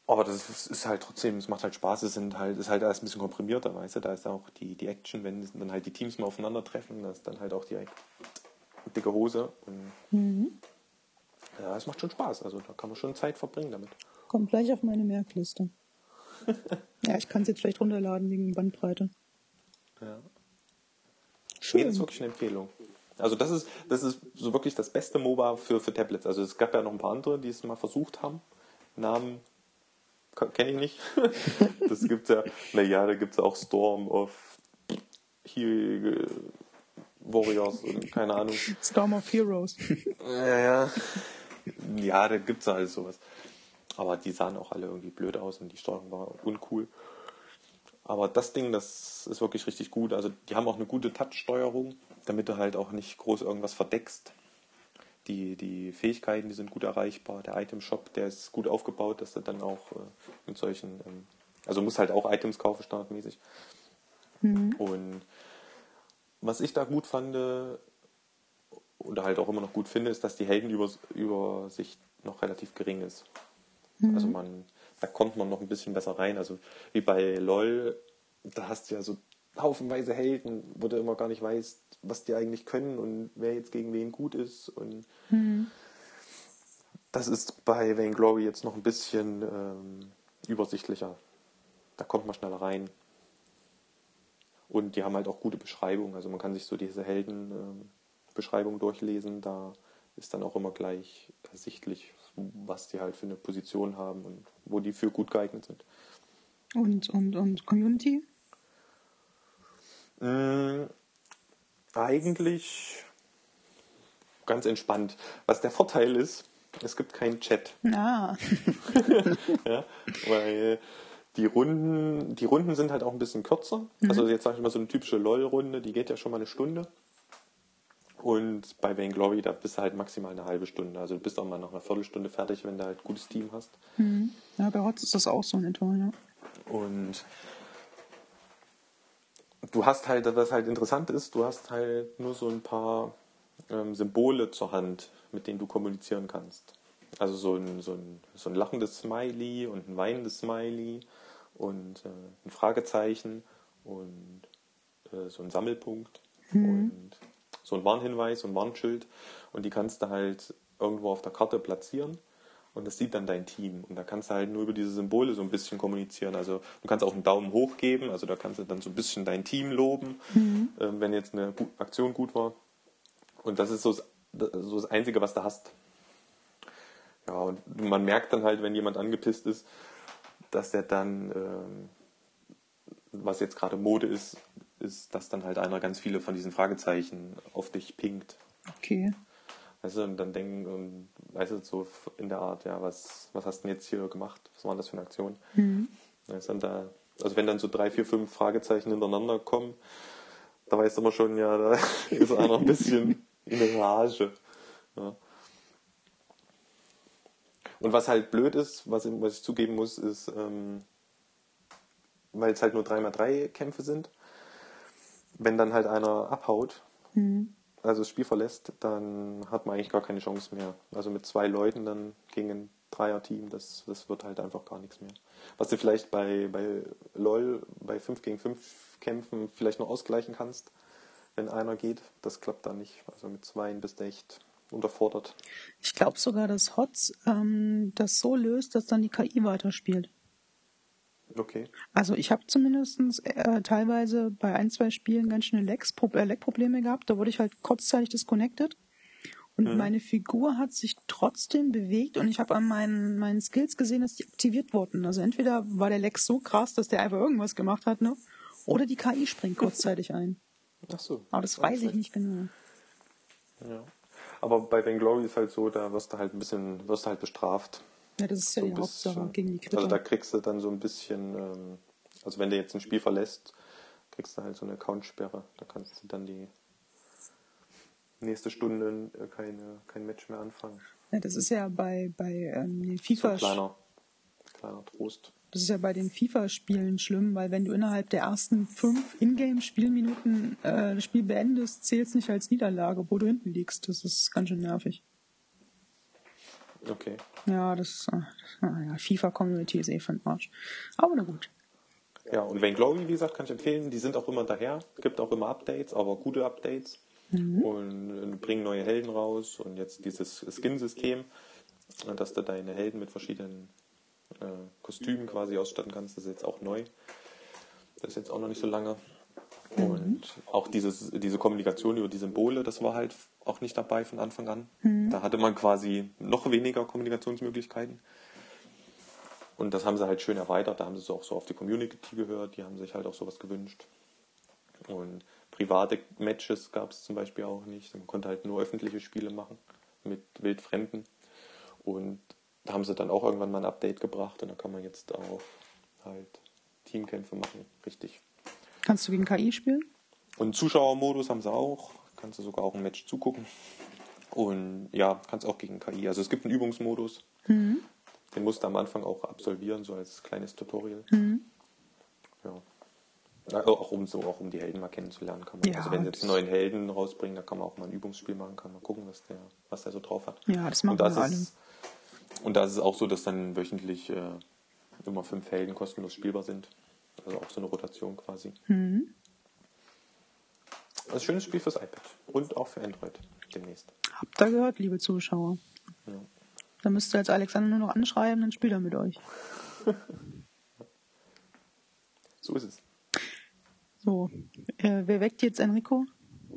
Aber das ist, ist halt trotzdem, es macht halt Spaß, es sind halt, ist halt alles ein bisschen komprimierter, weißt du, da ist auch die, die Action, wenn dann halt die Teams mal aufeinandertreffen, da ist dann halt auch die dicke Hose und Mhm. ja, es macht schon Spaß, also da kann man schon Zeit verbringen damit. Kommt gleich auf meine Merkliste. Ja, ich kann es jetzt vielleicht runterladen wegen Bandbreite. Ja. Nee, Schön. das ist wirklich eine Empfehlung. Also das ist, das ist so wirklich das beste MOBA für, für Tablets. Also es gab ja noch ein paar andere, die es mal versucht haben. Namen kenne ich nicht. Das gibt's ja, naja, da gibt es auch Storm of He Warriors und keine Ahnung. Storm of Heroes. Ja, ja. Ja, da gibt es halt sowas. Aber die sahen auch alle irgendwie blöd aus und die Steuerung war uncool. Aber das Ding, das ist wirklich richtig gut. Also die haben auch eine gute Touch-Steuerung, damit du halt auch nicht groß irgendwas verdeckst. Die, die Fähigkeiten, die sind gut erreichbar. Der Item-Shop, der ist gut aufgebaut, dass du dann auch äh, mit solchen... Ähm, also musst halt auch Items kaufen, standardmäßig. Mhm. Und was ich da gut fand und halt auch immer noch gut finde, ist, dass die Heldenübersicht noch relativ gering ist. Mhm. Also man, da kommt man noch ein bisschen besser rein. Also wie bei LOL, da hast du ja so haufenweise Helden, wo du immer gar nicht weißt, was die eigentlich können und wer jetzt gegen wen gut ist. Und Mhm. das ist bei Vainglory jetzt noch ein bisschen ähm, übersichtlicher. Da kommt man schneller rein. Und die haben halt auch gute Beschreibungen. Also man kann sich so diese Heldenbeschreibung ähm, durchlesen. Da ist dann auch immer gleich ersichtlich, was die halt für eine Position haben und wo die für gut geeignet sind. Und, und, und Community? Mmh, eigentlich ganz entspannt. Was der Vorteil ist, es gibt keinen Chat. Ah. Ja, weil die Runden, die Runden sind halt auch ein bisschen kürzer. Mhm. Also jetzt sage ich mal so eine typische LOL-Runde, die geht ja schon mal eine Stunde. Und bei Vainglory, da bist du halt maximal eine halbe Stunde. Also du bist auch mal nach einer Viertelstunde fertig, wenn du halt ein gutes Team hast. Mhm. Ja, bei Hotz ist das auch so in etwa, ja. Und du hast halt, was halt interessant ist, du hast halt nur so ein paar ähm, Symbole zur Hand, mit denen du kommunizieren kannst. Also so ein, so ein, so ein lachendes Smiley und ein weinendes Smiley und äh, ein Fragezeichen und äh, so ein Sammelpunkt Mhm. und so ein Warnhinweis und ein Warnschild. Und die kannst du halt irgendwo auf der Karte platzieren. Und das sieht dann dein Team. Und da kannst du halt nur über diese Symbole so ein bisschen kommunizieren. Also du kannst auch einen Daumen hoch geben. Also da kannst du dann so ein bisschen dein Team loben, Mhm. ähm, wenn jetzt eine Aktion gut war. Und das ist so das, so das Einzige, was du hast. Ja, und man merkt dann halt, wenn jemand angepisst ist, dass der dann, ähm, was jetzt gerade Mode ist, ist, dass dann halt einer ganz viele von diesen Fragezeichen auf dich pinkt. Okay. Weißt du, und dann denken, und, weißt du, so in der Art, ja, was, was hast du denn jetzt hier gemacht? Was war denn das für eine Aktion? Mhm. Weißt du, da, also wenn dann so drei, vier, fünf Fragezeichen hintereinander kommen, da weißt du immer schon, ja, da ist einer ein bisschen in Rage. Ja. Und was halt blöd ist, was, was ich zugeben muss, ist, ähm, weil es halt nur drei mal drei Kämpfe sind, wenn dann halt einer abhaut, Mhm. also das Spiel verlässt, dann hat man eigentlich gar keine Chance mehr. Also mit zwei Leuten dann gegen ein Dreier-Team, das, das wird halt einfach gar nichts mehr. Was du vielleicht bei, bei LOL, bei fünf gegen fünf Kämpfen vielleicht noch ausgleichen kannst, wenn einer geht, das klappt da nicht. Also mit zweien bist du echt unterfordert. Ich glaube sogar, dass Hotz ähm, das so löst, dass dann die K I weiterspielt. Okay. Also ich habe zumindest äh, teilweise bei ein, zwei Spielen ganz schöne Lag-Probleme gehabt. Da wurde ich halt kurzzeitig disconnected. Und Mhm. meine Figur hat sich trotzdem bewegt und ich habe an meinen, meinen Skills gesehen, dass die aktiviert wurden. Also entweder war der Lag so krass, dass der einfach irgendwas gemacht hat, ne? Oder die K I springt kurzzeitig ein. Ach so. Aber das Auch weiß ich schlecht. nicht genau. Ja. Aber bei Vainglory ist halt so, da wirst du halt ein bisschen, wirst du halt bestraft. Ja, das ist ja So die ein Hauptsache bisschen. gegen die Quitter. Also da kriegst du dann so ein bisschen, ähm, also wenn du jetzt ein Spiel verlässt, kriegst du halt so eine Accountsperre. Da kannst du dann die nächste Stunde äh, keine, kein Match mehr anfangen. Ja, das ist ja bei, bei ähm, den So FIFA ein kleiner, kleiner Trost. Das ist ja bei den FIFA-Spielen schlimm, weil wenn du innerhalb der ersten fünf Ingame-Spielminuten äh, das Spiel beendest, zählt es nicht als Niederlage, wo du hinten liegst. Das ist ganz schön nervig. Okay. Ja, das ist, äh, ja, FIFA-Community ist eh für den Arsch. Aber na gut. Ja, und Wayne Glory, wie gesagt, kann ich empfehlen. Die sind auch immer daher. Gibt auch immer Updates, aber gute Updates. Mhm. Und äh, bringen neue Helden raus. Und jetzt dieses Skin-System, dass du deine Helden mit verschiedenen äh, Kostümen quasi ausstatten kannst, das ist jetzt auch neu. Das ist jetzt auch noch nicht so lange. Und mhm. auch dieses, diese Kommunikation über die Symbole, das war halt auch nicht dabei von Anfang an. Mhm. Da hatte man quasi noch weniger Kommunikationsmöglichkeiten. Und das haben sie halt schön erweitert. Da haben sie es auch so auf die Community gehört. Die haben sich halt auch sowas gewünscht. Und private Matches gab es zum Beispiel auch nicht. Man konnte halt nur öffentliche Spiele machen mit Wildfremden. Und da haben sie dann auch irgendwann mal ein Update gebracht. Und da kann man jetzt auch halt Teamkämpfe machen. Richtig. Kannst du gegen K I spielen? Und Zuschauermodus haben sie auch. Kannst du sogar auch ein Match zugucken. Und ja, kannst auch gegen K I. Also es gibt einen Übungsmodus. Mhm. Den musst du am Anfang auch absolvieren, so als kleines Tutorial. Mhm. Ja. Auch um so, auch um die Helden mal kennenzulernen kann man. Ja, also wenn sie jetzt einen neuen Helden rausbringen, da kann man auch mal ein Übungsspiel machen, kann man gucken, was der, was der so drauf hat. Ja, das machen wir alle. Und da ist es auch so, dass dann wöchentlich äh, immer fünf Helden kostenlos spielbar sind. Also auch so eine Rotation quasi. Mhm. Das ist ein schönes Spiel fürs iPad und auch für Android demnächst. Habt ihr gehört, liebe Zuschauer? Ja. Da müsst ihr jetzt Alexander nur noch anschreiben, dann spielt er mit euch. So ist es. So, äh, wer weckt jetzt Enrico?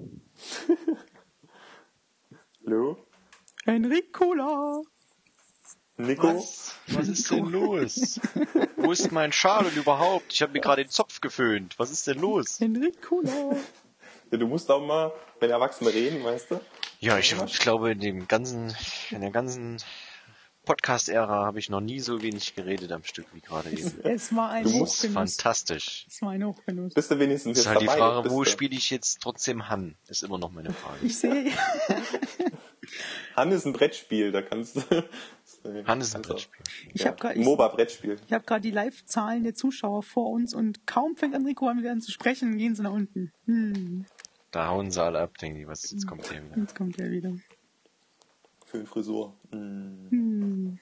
Hallo? Enricola! Nico? Was, was ist denn los? Wo ist mein Schal und überhaupt? Ich habe mir gerade den Zopf geföhnt. Was ist denn los? Enricola! Ja, du musst auch mal, wenn Erwachsene reden, weißt du? Ja, ich, ich glaube, in dem ganzen, in der ganzen Podcast-Ära habe ich noch nie so wenig geredet am Stück wie gerade eben. Es war ein Hochgenuss. Fantastisch. Es war ein Hochgenuss. Bist du wenigstens jetzt dabei? Das ist halt dabei, die Frage, wo spiele ich jetzt trotzdem Han? Ist immer noch meine Frage. Ich sehe. Han ist ein Brettspiel, da kannst du... Han ist ein Brettspiel. Ich ja, habe gerade MOBA-Brettspiel. Ich habe gerade die Live-Zahlen der Zuschauer vor uns und kaum fängt Enrico an, wieder an zu sprechen, gehen sie nach unten. Hm. Da hauen sie alle ab, denken die, was, jetzt kommt der wieder. Jetzt kommt der wieder. Für eine Frisur. Hm. Hm.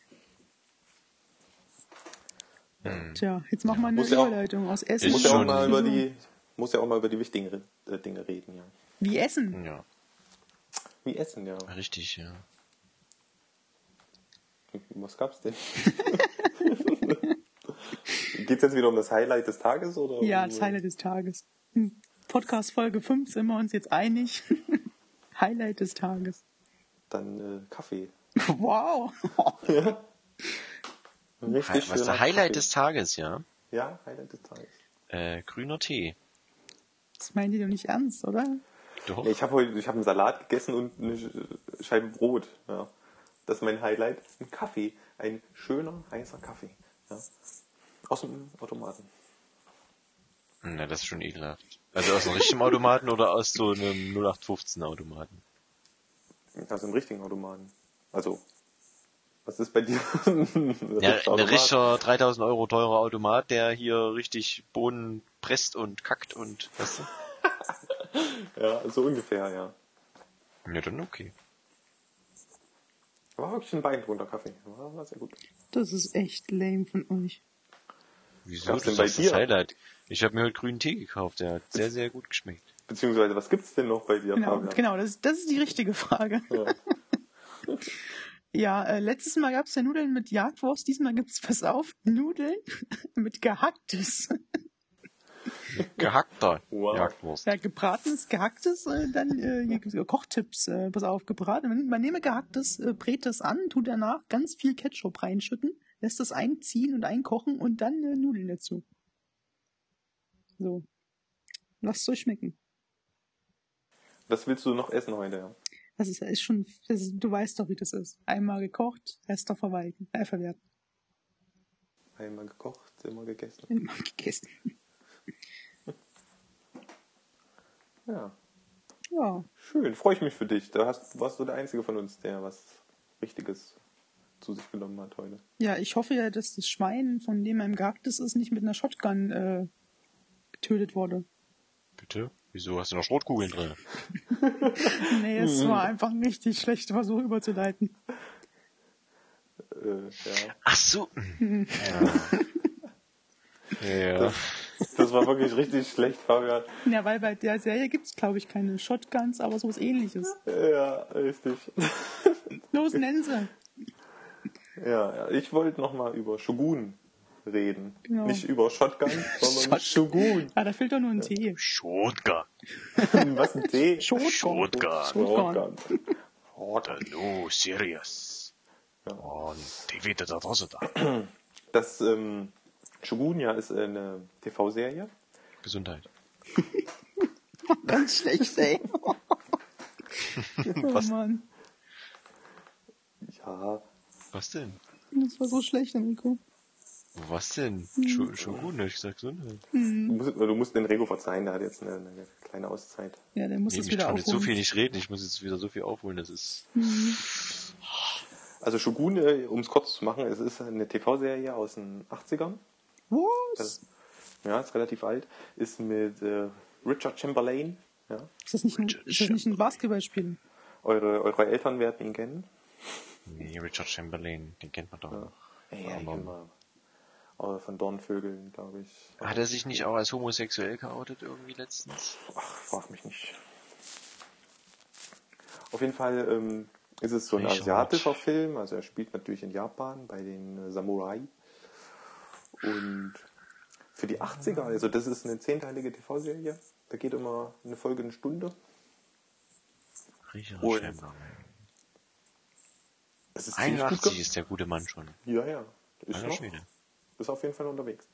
Hm. Tja, jetzt machen wir eine muss ja Überleitung auch, aus Essen. Muss ja, auch mal über die, muss ja auch mal über die wichtigen äh, Dinge reden, ja. Wie Essen? Ja. Wie Essen, ja. Richtig, ja. Was gab's denn? Geht's jetzt wieder um das Highlight des Tages? Oder ja, um, das Highlight des Tages. Podcast Folge fünf sind wir uns jetzt einig. Highlight des Tages. Dann äh, Kaffee. Wow. Ja. Richtig Was ist der Highlight Kaffee. des Tages, ja? Ja, Highlight des Tages. Äh, grüner Tee. Das meint ihr doch nicht ernst, oder? Doch. Nee, ich habe heute, ich habe einen Salat gegessen und eine Scheibe Brot. Ja. Das ist mein Highlight. Ein Kaffee. Ein schöner, heißer Kaffee. Ja. Aus dem Automaten. Na, das ist schon ekelhaft. Also aus einem richtigen Automaten oder aus so einem null acht fünfzehn Automaten? Aus einem richtigen Automaten. Also, was ist bei dir? Ja, ein richtiger dreitausend Euro teurer Automat, der hier richtig Bohnen presst und kackt und, weißt du? Ja, so ungefähr, ja. Ja, dann okay. War wirklich ein beeindruckender Kaffee. War, war sehr gut. Das ist echt lame von euch. Wieso? Das ist das Highlight. Ich habe mir heute grünen Tee gekauft, der hat sehr, sehr gut geschmeckt. Beziehungsweise, was gibt's denn noch bei dir, genau, Fabian? Genau, das, das ist die richtige Frage. Ja, ja äh, letztes Mal gab's ja Nudeln mit Jagdwurst, diesmal gibt's, pass auf, Nudeln mit Gehacktes. Gehackter wow. Jagdwurst. Ja, gebratenes, gehacktes, äh, dann äh, Kochtipps, äh, pass auf, gebraten. Man nehme gehacktes, äh, brät das an, tut danach ganz viel Ketchup reinschütten, lässt das einziehen und einkochen und dann äh, Nudeln dazu. So. Lasst euch schmecken. Das willst du noch essen heute, ja? Das ist, ist schon, das ist, du weißt doch, wie das ist. Einmal gekocht, Reste verwalten, äh, verwerten. Einmal gekocht, immer gegessen. Immer gegessen. Ja. Ja. Schön, freue ich mich für dich. Da hast, warst du der Einzige von uns, der was Richtiges zu sich genommen hat heute. Ja, ich hoffe ja, dass das Schwein, von dem er im Gehacktes ist, nicht mit einer Shotgun äh, getötet wurde. Bitte? Wieso hast du noch Schrotkugeln drin? Nee, es war einfach ein richtig schlechter Versuch überzuleiten. Äh, ja. Ach so. Ja. ja. Das, das war wirklich richtig schlecht, Fabian. Ja, weil bei der Serie gibt es, glaube ich, keine Shotguns, aber sowas ähnliches. Ja, richtig. Los, nennen sie. Ja, ja. Ich wollte nochmal über Shogun reden. Genau. Nicht über Shotgun, sondern Shogun. Ah, da fehlt doch nur ein T. Shotgun. Was ein T? Shotgun. Shotgun. Shotgun. Hallo, Sirius. Ja. Und die Witte der Drosse da. Das ähm, Shogun ja ist eine T V-Serie. Gesundheit. Ganz schlecht, ey. Oh Was? Mann. Ja, Was denn? Das war so schlecht, Enrico. Was denn? Schon, schon gut, ne? Ich sag Gesundheit. du musst, du musst den Rego verzeihen, der hat jetzt eine, eine kleine Auszeit. Ja, der muss Nee, es ich wieder kann jetzt so aufholen. viel nicht reden, ich muss jetzt wieder so viel aufholen, das ist... Also Shogun, äh, um es kurz zu machen, es ist eine T V-Serie aus den achtzigern. Was? Das, ja, ist relativ alt. Ist mit äh, Richard Chamberlain. Ja. Ist das nicht ein, ist das nicht ein Basketballspiel? Eure, eure Eltern werden ihn kennen. Nee, Richard Chamberlain, den kennt man doch noch. Ja, ja, ich Aber- kenn mal. Oder von Dornvögeln, glaube ich. Hat er sich nicht auch als homosexuell geoutet irgendwie letztens? Ach, frag mich nicht. Auf jeden Fall ähm, ist es so ein Richard. asiatischer Film. Also er spielt natürlich in Japan bei den äh, Samurai. Und für die achtziger, also das ist eine zehnteilige T V-Serie. Da geht immer eine Folge eine Stunde. Richard Und- Chamberlain. Es ist ziemlich gut einundachtzig ge- ist der gute Mann schon. Ja, ja. Ist Alter noch. Schwede. Ist auf jeden Fall unterwegs.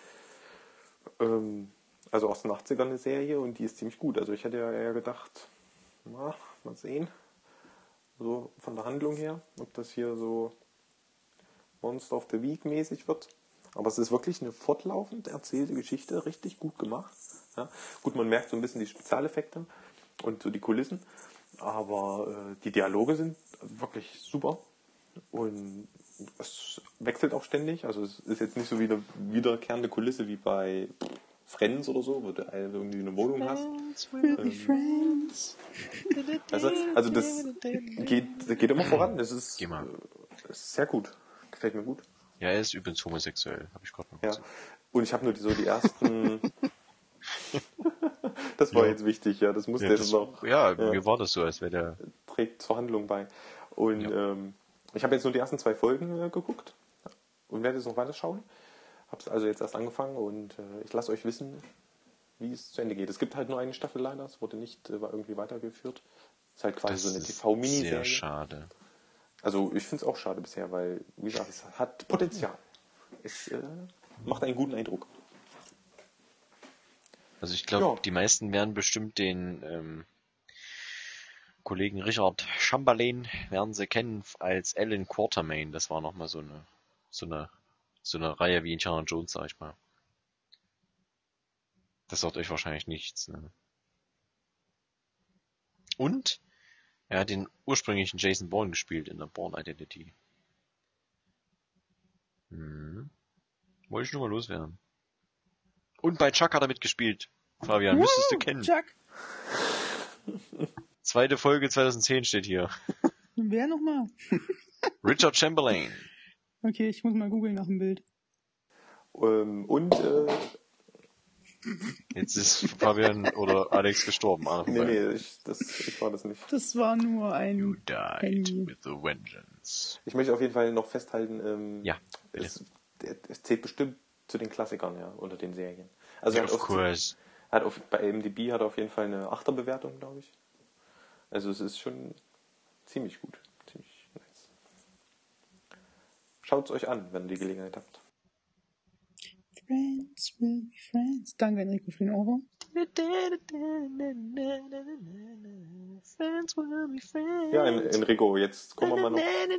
Ähm, also aus den achtzigern eine Serie und die ist ziemlich gut. Also ich hätte ja eher gedacht, na, mal sehen. So von der Handlung her, ob das hier so Monster of the Week mäßig wird. Aber es ist wirklich eine fortlaufend erzählte Geschichte, richtig gut gemacht. Ja. Gut, man merkt so ein bisschen die Spezialeffekte und so die Kulissen, aber äh, die Dialoge sind wirklich super. Und es wechselt auch ständig. Also es ist jetzt nicht so wie eine wiederkehrende Kulisse wie bei Friends oder so, wo du irgendwie eine Wohnung hast. We'll be friends. Also, also das geht, das geht immer voran. Das ist, Geh mal. äh, ist sehr gut. Gefällt mir gut. Ja, er ist übrigens homosexuell, habe ich gerade noch Ja. gesagt. Und ich habe nur die, so die ersten... das war Ja. jetzt wichtig, ja. Das musste Ja, jetzt das, noch... ja, Ja. mir war das so, als wäre der... trägt zur Handlung bei. Und Ja. ähm, ich habe jetzt nur die ersten zwei Folgen äh, geguckt und werde jetzt noch weiter schauen. Habe es also jetzt erst angefangen und äh, ich lasse euch wissen, wie es zu Ende geht. Es gibt halt nur eine Staffel leider, es wurde nicht äh, war irgendwie weitergeführt. Es ist halt quasi Das so eine ist T sehr V-Miniserie. schade. Also ich finde es auch schade bisher, weil, wie gesagt, es hat Potenzial. Es äh, macht einen guten Eindruck. Also ich glaube, Ja. die meisten werden bestimmt den ähm, Kollegen Richard Chamberlain werden sie kennen als Alan Quatermain. Das war nochmal so eine, so eine, so eine Reihe wie Indiana Jones, sag ich mal. Das sagt euch wahrscheinlich nichts, ne? Und er hat den ursprünglichen Jason Bourne gespielt in der Bourne Identity. Hm. Wollte ich nur mal loswerden. Und bei Chuck hat er mitgespielt. Fabian, müsstest du kennen. Chuck. Zweite Folge zweitausendzehn steht hier. Wer nochmal? Richard Chamberlain. Okay, ich muss mal googeln nach dem Bild. Ähm, und äh, Jetzt ist Fabian oder Alex gestorben. Einer von nee, beiden. nee, ich, das, ich war das nicht. Das war nur You ein died Handy. with a vengeance. Ich möchte auf jeden Fall noch festhalten, ähm, Ja, bitte. es, es zählt bestimmt zu den Klassikern, ja, unter den Serien. Also er Of hat auf, course. hat auf, bei I M D B hat er auf jeden Fall eine Achterbewertung, glaube ich. Also es ist schon ziemlich gut. Ziemlich nice. Schaut es euch an, wenn ihr die Gelegenheit habt. Friends will be friends. Danke, Enrico, für den Ohrwurm. Ja, En- Enrico, jetzt kommen wir mal noch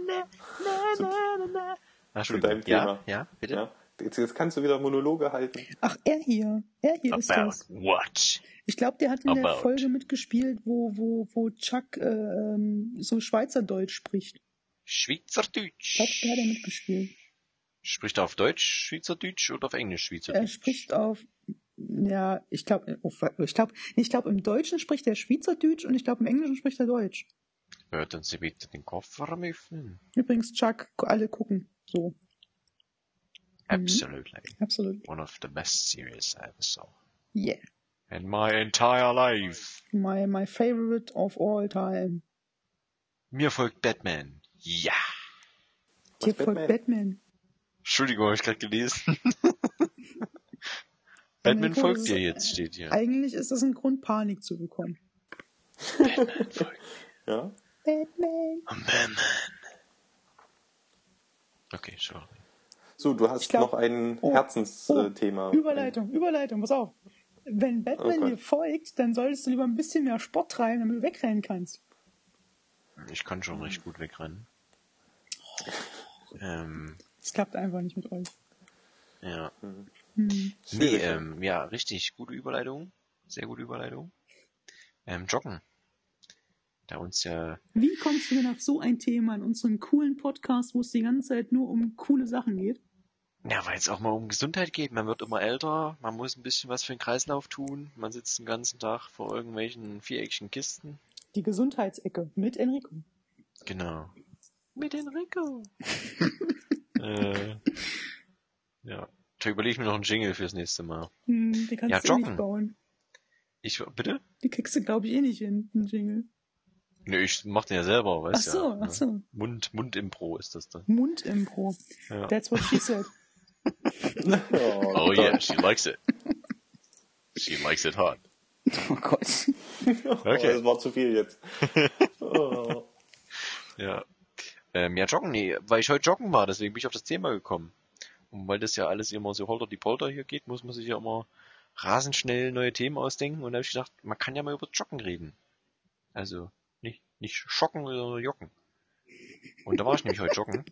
Ach, zu deinem ja, Thema. ja, bitte. Ja, jetzt, jetzt kannst du wieder Monologe halten. Ach, er hier. Er hier ist About das. what? Ich glaube, der hat in der About. Folge mitgespielt, wo, wo, wo Chuck äh, ähm, so Schweizerdeutsch spricht. Ich glaube, Schweizerdeutsch. der hat er mitgespielt. Spricht er auf Deutsch Schweizerdeutsch oder auf Englisch Er Schweizerdeutsch? spricht auf, ja, ich glaube, ich glaube, ich glaube, im Deutschen spricht er Schweizerdeutsch und ich glaube, im Englischen spricht er Deutsch. Würden Sie bitte den Koffer öffnen? Übrigens, Chuck, alle gucken. So. Absolutely. Absolut. One of the best series I ever saw. Yeah. In my entire life. My, my favorite of all time. Mir folgt Batman. Ja. Was, Dir folgt Batman? Batman. Entschuldigung, habe ich gerade gelesen. Batman Enrico, folgt das dir ist- jetzt, steht hier. Eigentlich ist das ein Grund, Panik zu bekommen. Batman folgt Ja? Batman. am Batman. Okay, sorry. So, du hast Ich glaub- noch ein Oh, Herzensthema. Überleitung, Überleitung, pass auf. Wenn Batman Oh Gott. dir folgt, dann solltest du lieber ein bisschen mehr Sport treiben, damit du wegrennen kannst. Ich kann schon recht gut wegrennen. Ähm, Es klappt einfach nicht mit euch. ja. Hm. Nee, Schwierig, ähm, ja, richtig, gute Überleitung. Sehr gute Überleitung. Ähm, Joggen. Da uns ja, Wie kommst du denn auf so ein Thema in unserem coolen Podcast, wo es die ganze Zeit nur um coole Sachen geht? ja, weil es auch mal um Gesundheit geht. Man wird immer älter, man muss ein bisschen was für den Kreislauf tun. Man sitzt den ganzen Tag vor irgendwelchen viereckigen Kisten. Die Gesundheitsecke mit Enrico. Genau. Mit Enrico. äh, ja. Da überlege ich mir noch einen Jingle fürs nächste Mal. Hm, die kannst Ja, du eh joggen. nicht bauen. Ich, bitte? Die kriegst du, glaube ich, eh nicht hin, einen Jingle. Ne, ich mach den ja selber, Ach weißt so, ja. ach so. Mund, Mundimpro ist das dann. Mundimpro. Ja. That's what she said. Oh, Oh Gott. yeah, she likes it. She likes it hot. Oh Gott. Oh, Okay. das war zu viel jetzt. Oh. Ja. Ähm, ja, joggen, nee, weil ich heute joggen war, deswegen bin ich auf das Thema gekommen. Und weil das ja alles immer so holter die Polter hier geht, muss man sich ja immer rasend schnell neue Themen ausdenken. Und da habe ich gedacht, man kann ja mal über Joggen reden. Also, nicht, nicht schocken oder jocken. Und da war ich nämlich heute joggen.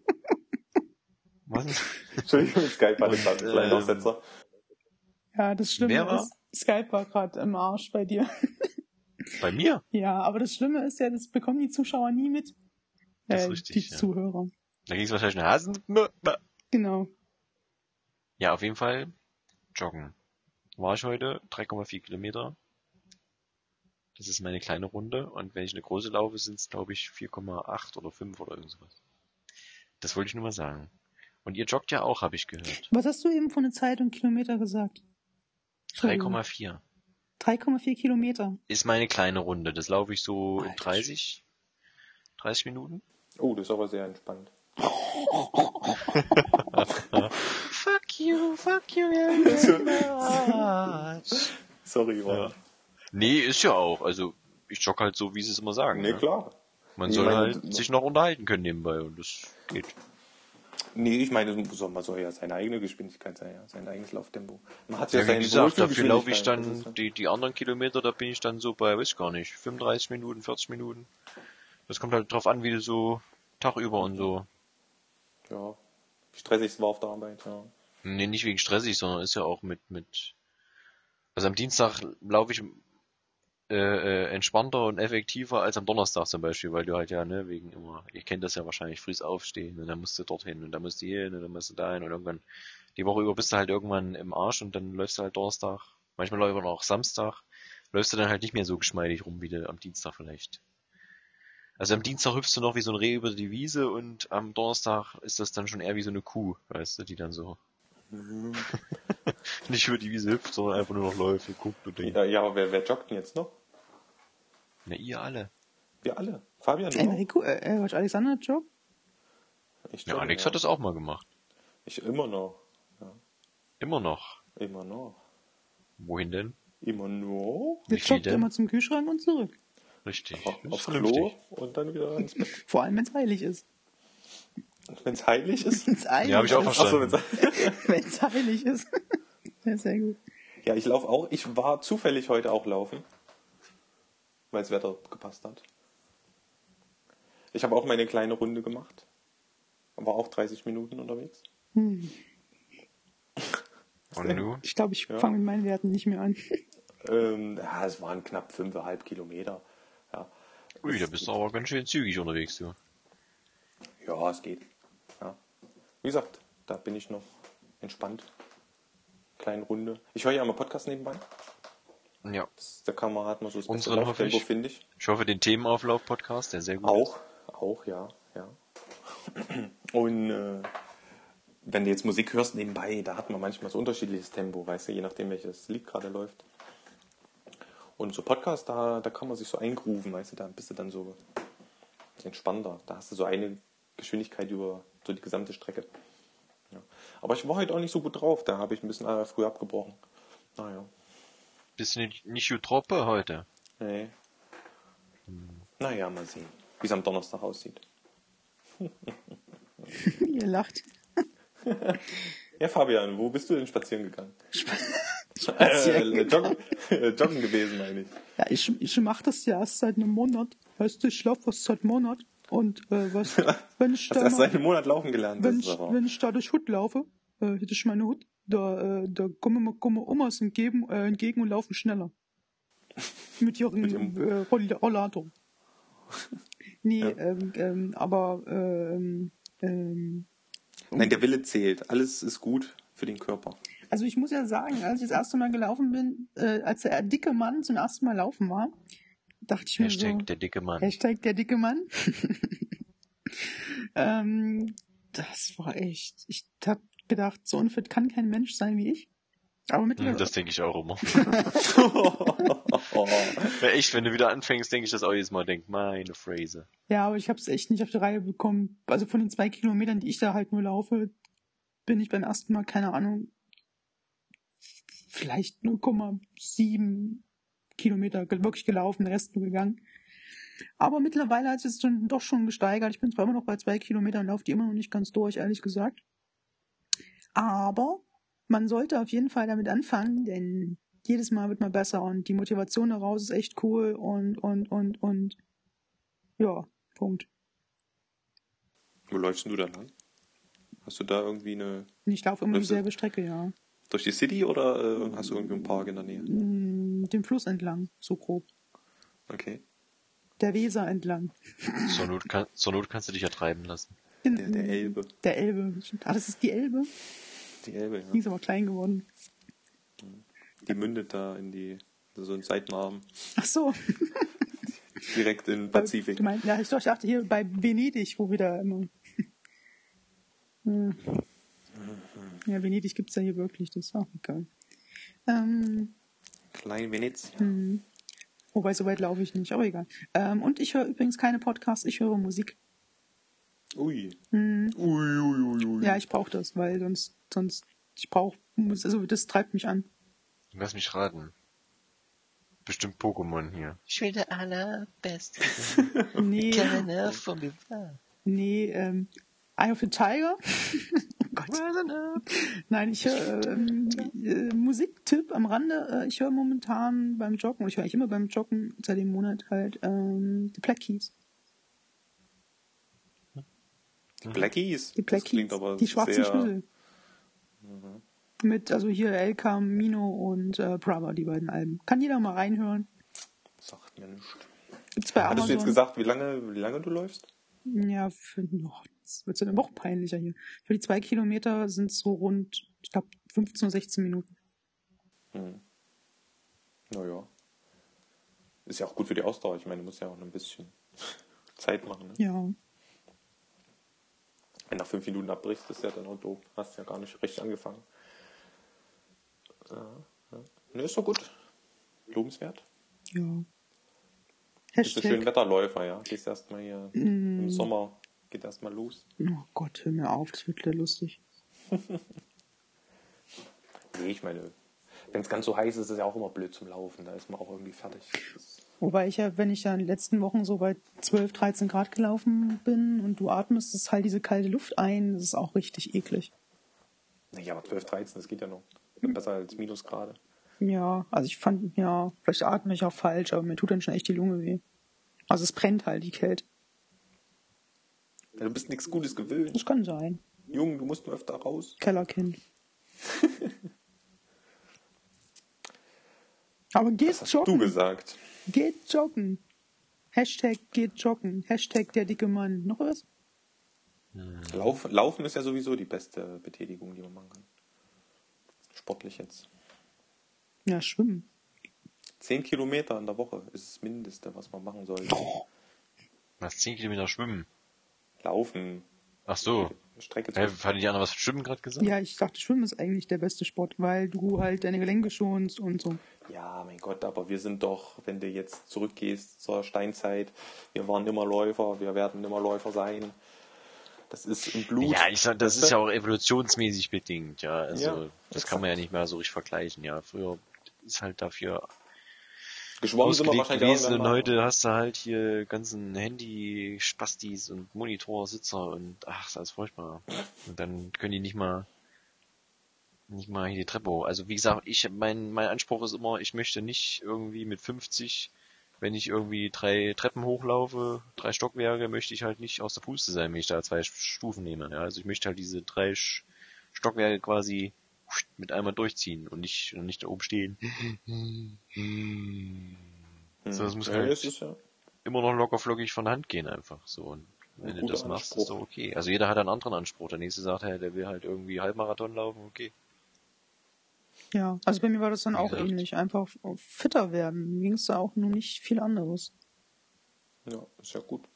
Was? Entschuldigung, Skype hatte gerade einen kleinen Ähm, Aussetzer. Ja, das Schlimme Wer war? ist, Skype war gerade im Arsch bei dir. Bei mir? Ja, aber das Schlimme ist ja, das bekommen die Zuschauer nie mit. Das ist Äh, richtig, die ja. Zuhörer. Da ging es wahrscheinlich nach Hasen. Genau. Ja, auf jeden Fall joggen. War ich heute, drei Komma vier Kilometer. Das ist meine kleine Runde. Und wenn ich eine große laufe, sind es, glaube ich, vier Komma acht oder fünf oder irgend sowas. Das wollte ich nur mal sagen. Und ihr joggt ja auch, habe ich gehört. Was hast du eben von der Zeit und Kilometer gesagt? drei Komma vier drei Komma vier Kilometer. ist meine kleine Runde. Das laufe ich so in Alter dreißig, dreißig Minuten. Oh, das ist aber sehr entspannt. Fuck you, fuck you, Sorry, Mann. Ja. Nee, ist ja auch. Also, ich jogge halt so, wie sie es immer sagen. Nee, ne? klar. Man Ich soll meine, halt d- sich noch unterhalten können nebenbei und das geht. Nee, ich meine, so- man soll ja seine eigene Geschwindigkeit sein, ja, sein eigenes Lauftempo. Man hat ja, Ja, wie seine gesagt, dafür laufe ich Wohlfühlgeschwindigkeit, dann, das ist ja- die, die anderen Kilometer, da bin ich dann so bei, weiß ich gar nicht, fünfunddreißig Minuten, vierzig Minuten. Das kommt halt drauf an, wie du so Tag über und so. Ja, stressigst war auf der Arbeit, ja. Nee, nicht wegen stressig, sondern ist ja auch mit, mit, also am Dienstag laufe ich äh, äh, entspannter und effektiver als am Donnerstag zum Beispiel, weil du halt ja, ne, wegen immer, ihr kennt das ja wahrscheinlich, früh aufstehen und dann musst du dorthin und dann musst du hier hin und dann musst du da hin und irgendwann, die Woche über bist du halt irgendwann im Arsch und dann läufst du halt Donnerstag, manchmal läuft auch Samstag, läufst du dann halt nicht mehr so geschmeidig rum wie du am Dienstag vielleicht. Also am Dienstag hüpfst du noch wie so ein Reh über die Wiese und am Donnerstag ist das dann schon eher wie so eine Kuh, weißt du, die dann so nicht über die Wiese hüpft, sondern einfach nur noch läuft und guckt und denkt, Ja, ja, aber wer, wer joggt denn jetzt noch? na ihr alle. Wir alle. Fabian, du auch? Enrico, äh, äh, was Alexander Job? Ich Ja, jogge, Alex hat das auch mal gemacht. Ich immer noch. Immer noch. Immer noch. Wohin denn? Immer noch. Wie Der viel joggt denn? immer zum Kühlschrank und zurück. Richtig. Auf, Das ist aufs vernünftig. Klo und dann wieder ans Bett. Vor allem, wenn es heilig ist. Wenn es heilig ist. Wenn's heilig Ja, habe ich auch ist. Achso, verstanden. wenn's Wenn es heilig ist. Ja, sehr gut. Ja, ich laufe auch. Ich war zufällig heute auch laufen, weil das Wetter gepasst hat. Ich habe auch meine kleine Runde gemacht. War auch dreißig Minuten unterwegs. Hm. Und du? Ich glaube, ich Ja. fange mit meinen Werten nicht mehr an. Ähm, ja, es waren knapp fünfeinhalb Kilometer. Ja, Ui, da bist du aber ganz schön zügig unterwegs, du. ja es geht. Ja. Wie gesagt, da bin ich noch entspannt. Kleine Runde. Ich höre ja immer Podcast nebenbei. Ja. Das, da kann man, hat man so das beste Unseren hoffe Lauftempo, ich. finde ich. Ich hoffe, den Themenauflauf-Podcast, der sehr gut ist. Auch, auch, ja, ja. Und äh, wenn du jetzt Musik hörst nebenbei, da hat man manchmal so unterschiedliches Tempo, weißt du, je nachdem welches Lied gerade läuft. Und so Podcast, da, da kann man sich so eingrooven, weißt du, da bist du dann so entspannter. Da hast du so eine Geschwindigkeit über so die gesamte Strecke. Ja. Aber ich war heute auch nicht so gut drauf, da habe ich ein bisschen äh, früh abgebrochen. Naja. Bist du nicht, nicht gut Troppe heute? Nee. Hm. Naja, mal sehen, wie es am Donnerstag aussieht. Ihr lacht. Ja, Fabian, wo bist du denn spazieren gegangen? Spazieren äh, joggen, joggen gewesen, meine ich. Ja, ich, ich mache das ja erst seit einem Monat. Weißt du, ich laufe was seit einem Monat. Und äh, was, wenn ich Hast da erst mal, seit einem Monat laufen gelernt. wenn, Das ist ich, aber wenn ich da durch Hut laufe, äh, hätte ich meine Hut, da, äh, da kommen mir kommen Omas entgegen, äh, entgegen und laufen schneller. Mit ihrem Mit ihrem- äh, Roll- Rollator. Nee, Ja. ähm, ähm, aber ähm, ähm, Nein, der Wille zählt. Alles ist gut für den Körper. also ich muss ja sagen, als ich das erste Mal gelaufen bin, äh, als der dicke Mann zum ersten Mal laufen war, dachte ich mir Hashtag so, der dicke Mann. Hashtag der dicke Mann. ähm, das war echt, ich hab gedacht, so unfit kann kein Mensch sein wie ich. Aber Hm, mittlerweile, das denke ich auch immer. Ja, echt, wenn du wieder anfängst, denke ich das auch jedes Mal. Denk, meine Phrase. ja, aber ich habe es echt nicht auf die Reihe bekommen. Also von den zwei Kilometern, die ich da halt nur laufe, bin ich beim ersten Mal, keine Ahnung, vielleicht null Komma sieben Kilometer ge- wirklich gelaufen, den Rest nur gegangen. Aber mittlerweile hat es jetzt schon, doch schon gesteigert. Ich bin zwar immer noch bei zwei Kilometern, laufe die immer noch nicht ganz durch, ehrlich gesagt. Aber man sollte auf jeden Fall damit anfangen, denn jedes Mal wird man besser und die Motivation daraus ist echt cool und, und, und, und, ja, Punkt. Wo läufst denn du da lang? Hast du da irgendwie eine... Und ich laufe immer Läufst du- dieselbe Strecke, ja. Durch die City oder äh, hast du irgendwie einen Park in der Nähe? Mm, Den Fluss entlang, so grob. Okay. Der Weser entlang. Zur Not, kann, zur Not kannst du dich ja treiben lassen. In- Der, der Elbe. Der Elbe. Ah, das ist die Elbe? Die Elbe, Die ja. ist aber klein geworden. Die mündet da in die... so einen Seitenarm. Ach so. Direkt in den Bei- Pazifik. Du meinst, ja, ich dachte hier bei Venedig, wo wir da immer... Hm. Ja, Venedig gibt's ja hier wirklich, das ist auch egal. Ähm, Klein Venezia. hm. Wobei, so weit laufe ich nicht, aber egal. Ähm, und ich höre übrigens keine Podcasts, ich höre Musik. Ui. Hm. Ui, ui, ui, ui. Ja, ich brauche das, weil sonst, sonst, ich brauche, also das treibt mich an. Lass mich raten. Bestimmt Pokémon hier. Ich will der Allerbeste. Nee, Keiner von mir war. nee, ähm, Eye of the Tiger. Oh Gott. Nein, ich höre ähm, äh, Musiktipp am Rande. Äh, ich höre momentan beim Joggen, ich höre eigentlich immer beim Joggen seit dem Monat halt ähm, die Black Keys. Die Blackies. Die Black Das klingt Keys, aber die schwarzen sehr... Schlüssel. Mit, also hier El Camino und äh, Brother, die beiden Alben. Kann jeder mal reinhören. Sagt mir nichts. Gibt's bei Hattest Amazon. du jetzt gesagt, wie lange, wie lange du läufst? Ja, für, oh, das wird so eine Woche peinlicher hier. Für die zwei Kilometer sind es so rund, ich glaube, fünfzehn oder sechzehn Minuten. Hm. Naja. Ist ja auch gut für die Ausdauer. Ich meine, du musst ja auch noch ein bisschen Zeit machen. Ne? Ja. Wenn nach fünf Minuten abbrichst, ist ja dann auch doof. Hast ja gar nicht richtig angefangen. Ja, ja. Ne, ist doch gut. Lobenswert. Ja. Bist du schön Hashtag. Wetterläufer, ja? Gehst erstmal hier Mm. im Sommer, geht erstmal los. Oh Gott, hör mir auf, das wird wieder lustig. Nee, ich meine, wenn es ganz so heiß ist, ist es ja auch immer blöd zum Laufen. Da ist man auch irgendwie fertig. Das- Wobei ich ja, wenn ich ja in den letzten Wochen so bei zwölf, dreizehn Grad gelaufen bin und du atmest das halt diese kalte Luft ein, das ist auch richtig eklig. Naja, aber zwölf, dreizehn, das geht ja noch. Besser als Minusgrade. Ja, also ich fand, ja, vielleicht atme ich auch falsch, aber mir tut dann schon echt die Lunge weh. Also es brennt halt, die Kälte. Ja, du bist nichts Gutes gewöhnt. Das kann sein. Junge, du musst nur öfter raus. Kellerkind. Aber geht Das hast du joggen. gesagt. Geht joggen. Hashtag geht joggen. Hashtag der dicke Mann. Noch was? Lauf, Laufen ist ja sowieso die beste Betätigung, die man machen kann. Sportlich jetzt. Ja, schwimmen. Zehn Kilometer in der Woche ist das Mindeste, was man machen sollte. Was, zehn Kilometer schwimmen? Laufen. Ach so. Strecke Hä, zu. hatte die andere was von Schwimmen gerade gesagt? Ja, ich dachte, Schwimmen ist eigentlich der beste Sport, weil du halt deine Gelenke schonst und so. Ja, mein Gott, aber wir sind doch, wenn du jetzt zurückgehst zur Steinzeit, wir waren immer Läufer, wir werden immer Läufer sein. Das ist im Blut. Ja, ich sag, das weißt du? ist ja auch evolutionsmäßig bedingt, ja. Also, Ja, das exakt. kann man ja nicht mehr so richtig vergleichen, ja. Früher ist halt dafür Geschwommen sind wir ausgelegt wahrscheinlich gewesen und irgendwann mal. heute hast du halt hier ganzen Handy-Spastis und Monitorsitzer und ach, das ist alles furchtbar. Und dann können die nicht mal nicht mal hier die Treppe hoch. Also wie gesagt, ich mein mein Anspruch ist immer, ich möchte nicht irgendwie mit fünfzig, wenn ich irgendwie drei Treppen hochlaufe, drei Stockwerke, möchte ich halt nicht aus der Puste sein, wenn ich da zwei Stufen nehme. Ja, also ich möchte halt diese drei Stockwerke quasi mit einmal durchziehen und nicht und nicht da oben stehen. So, das muss ja, halt das ist ja immer noch locker flockig von der Hand gehen einfach so. Und wenn ein du guter das machst, Anspruch. ist doch okay. Also jeder hat einen anderen Anspruch. Der nächste sagt, hey, der will halt irgendwie Halbmarathon laufen, okay. Ja, also bei mir war das dann Wie auch gesagt. ähnlich. Einfach fitter werden. Mir ging es da auch nur nicht viel anderes. Ja, ist ja gut.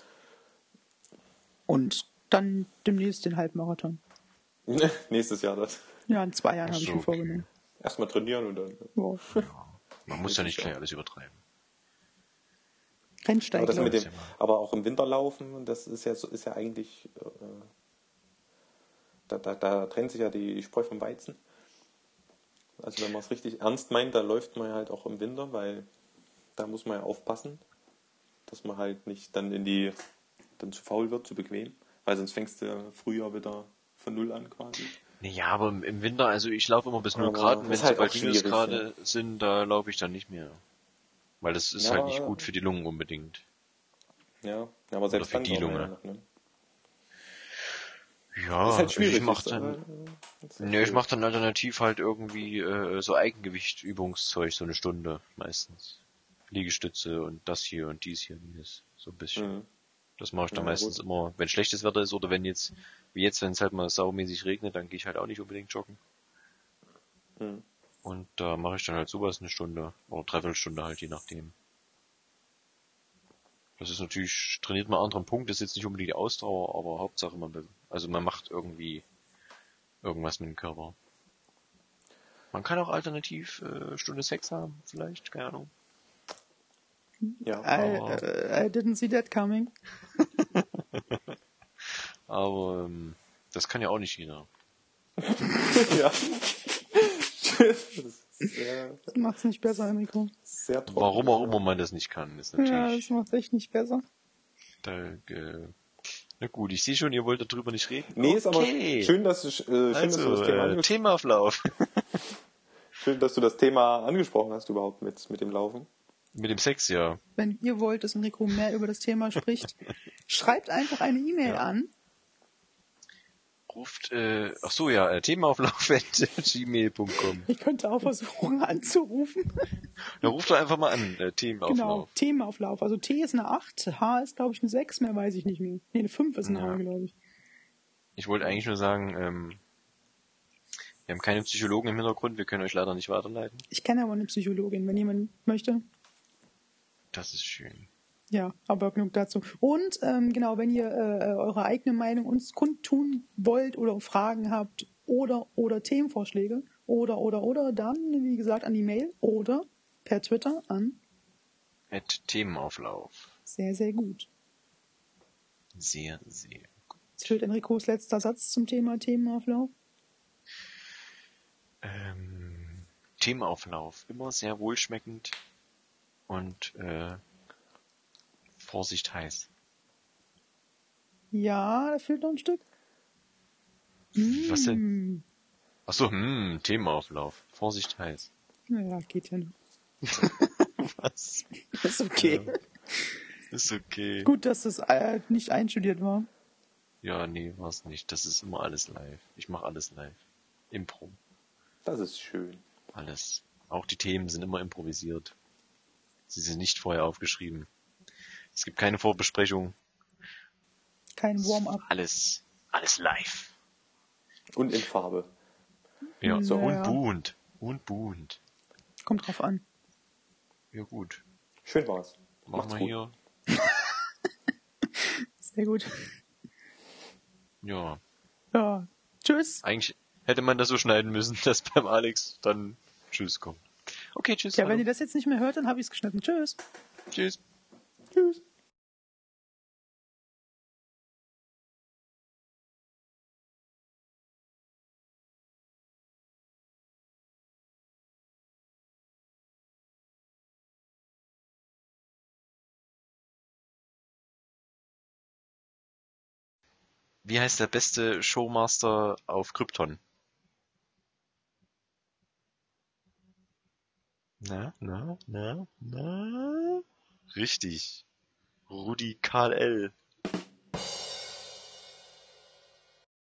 Und dann demnächst den Halbmarathon. Nächstes Jahr das. Ja, in zwei Jahren Ach habe ich so, mir okay. vorgenommen. Erstmal trainieren und dann. Ja. Man muss ja nicht gleich alles übertreiben. Aber, Rennsteig, das mit glaube dem, ich. aber auch im Winter laufen, das ist ja so, ist ja eigentlich. Äh, da, da, da trennt sich ja die Spreu vom Weizen. Also wenn man es richtig ernst meint, da läuft man ja halt auch im Winter, weil da muss man ja aufpassen, dass man halt nicht dann in die dann zu faul wird, zu bequem, weil sonst fängst du früher wieder von null an quasi. Ja, aber im- im Winter, also ich laufe immer bis null Aber Grad und wenn ist halt sobald auch schwierig, Minusgrade sind, da laufe ich dann nicht mehr. Weil das ist Ja, halt aber- nicht gut für die Lungen unbedingt. Ja, ja aber selbst für dann die braucht man Lunge. ja noch, ne? Ja, Ist halt schwierig. ich mach ist, dann, äh, ist halt ne, ich schwierig. mach dann alternativ halt irgendwie äh, so Eigengewicht-Übungszeug, so eine Stunde meistens. Liegestütze und das hier und dies hier, dieses, so ein bisschen. Mhm. Das mache ich dann Ja, meistens gut. immer, wenn schlechtes Wetter ist oder wenn jetzt, wie jetzt, wenn es halt mal saumäßig regnet, dann gehe ich halt auch nicht unbedingt joggen. Mhm. Und da mache ich dann halt sowas eine Stunde oder dreiviertel Stunde halt, je nachdem. Das ist natürlich, trainiert man einen anderen Punkt, das ist jetzt nicht unbedingt die Ausdauer, aber Hauptsache man, be- also man macht irgendwie irgendwas mit dem Körper. Man kann auch alternativ äh, Stunde Sex haben, vielleicht, keine Ahnung. Ja, I, Aber- uh, I didn't see that coming. Aber ähm, das kann ja auch nicht jeder. ja. Das ist sehr, Das macht's nicht besser, Enrico. sehr trocken. Warum auch immer man das nicht kann, ist Ja, das natürlich. macht's echt nicht besser. Da, äh, na gut, ich sehe schon, ihr wollt darüber nicht reden. Nee, ist aber Okay. schön, dass, du- äh, schön, dass du Also, das Thema äh, anges- Themaauflauf. schön, dass du das Thema angesprochen hast überhaupt mit, mit dem Laufen. Mit dem Sex, ja. Wenn ihr wollt, dass Enrico mehr über das Thema spricht, schreibt einfach eine E-Mail Ja. an. Ruft, äh, ach so, ja, äh, Themaauflauf at gmail punkt com. Ich könnte auch versuchen anzurufen. Da ruft doch einfach mal an, äh, Genau, Themenauflauf. Themenauflauf. Also T ist eine acht, H ist, glaube ich, eine sechs, mehr weiß ich nicht mehr. Nee, eine fünf ist eine Ja. H, glaube ich. Ich wollte eigentlich nur sagen, ähm, wir haben keine Psychologen im Hintergrund, wir können euch leider nicht weiterleiten. Ich kenne aber eine Psychologin, wenn jemand möchte. Das ist schön. Ja, aber genug dazu. Und ähm, genau, wenn ihr äh, eure eigene Meinung uns kundtun wollt oder Fragen habt oder oder Themenvorschläge oder oder oder dann, wie gesagt, an die Mail oder per Twitter an At Themenauflauf. sehr, sehr gut. Sehr, sehr. Jetzt fehlt Enricos letzter Satz zum Thema Themenauflauf. Ähm, Themenauflauf. Immer sehr wohlschmeckend und äh, Vorsicht heiß. Ja, da fehlt noch ein Stück. Was denn? Hm. Ach so, hm, Themenauflauf. Vorsicht heiß. Naja, geht ja noch. Was? Ist okay. Ja. Ist okay. Gut, dass das äh, nicht einstudiert war. Ja, nee, war's nicht. Das ist immer alles live. Ich mache alles live. Impro. Das ist schön. Alles. Auch die Themen sind immer improvisiert. Sie sind nicht vorher aufgeschrieben. Es gibt keine Vorbesprechung. Kein Warm-up. Alles, alles live. Und in Farbe. Ja, so Naja. und bunt. Und bunt. Kommt drauf an. Ja gut. Schön war's. Machen Macht's wir gut. hier. Sehr gut. Ja. Ja. Tschüss. Eigentlich hätte man das so schneiden müssen, dass beim Alex dann Tschüss kommt. Okay, tschüss. Tja, hallo. wenn ihr das jetzt nicht mehr hört, dann habe ich es geschnitten. Tschüss. Tschüss. Tschüss. Wie heißt der beste Showmaster auf Krypton? Na, na, na, na? Richtig. Rudi Karl L.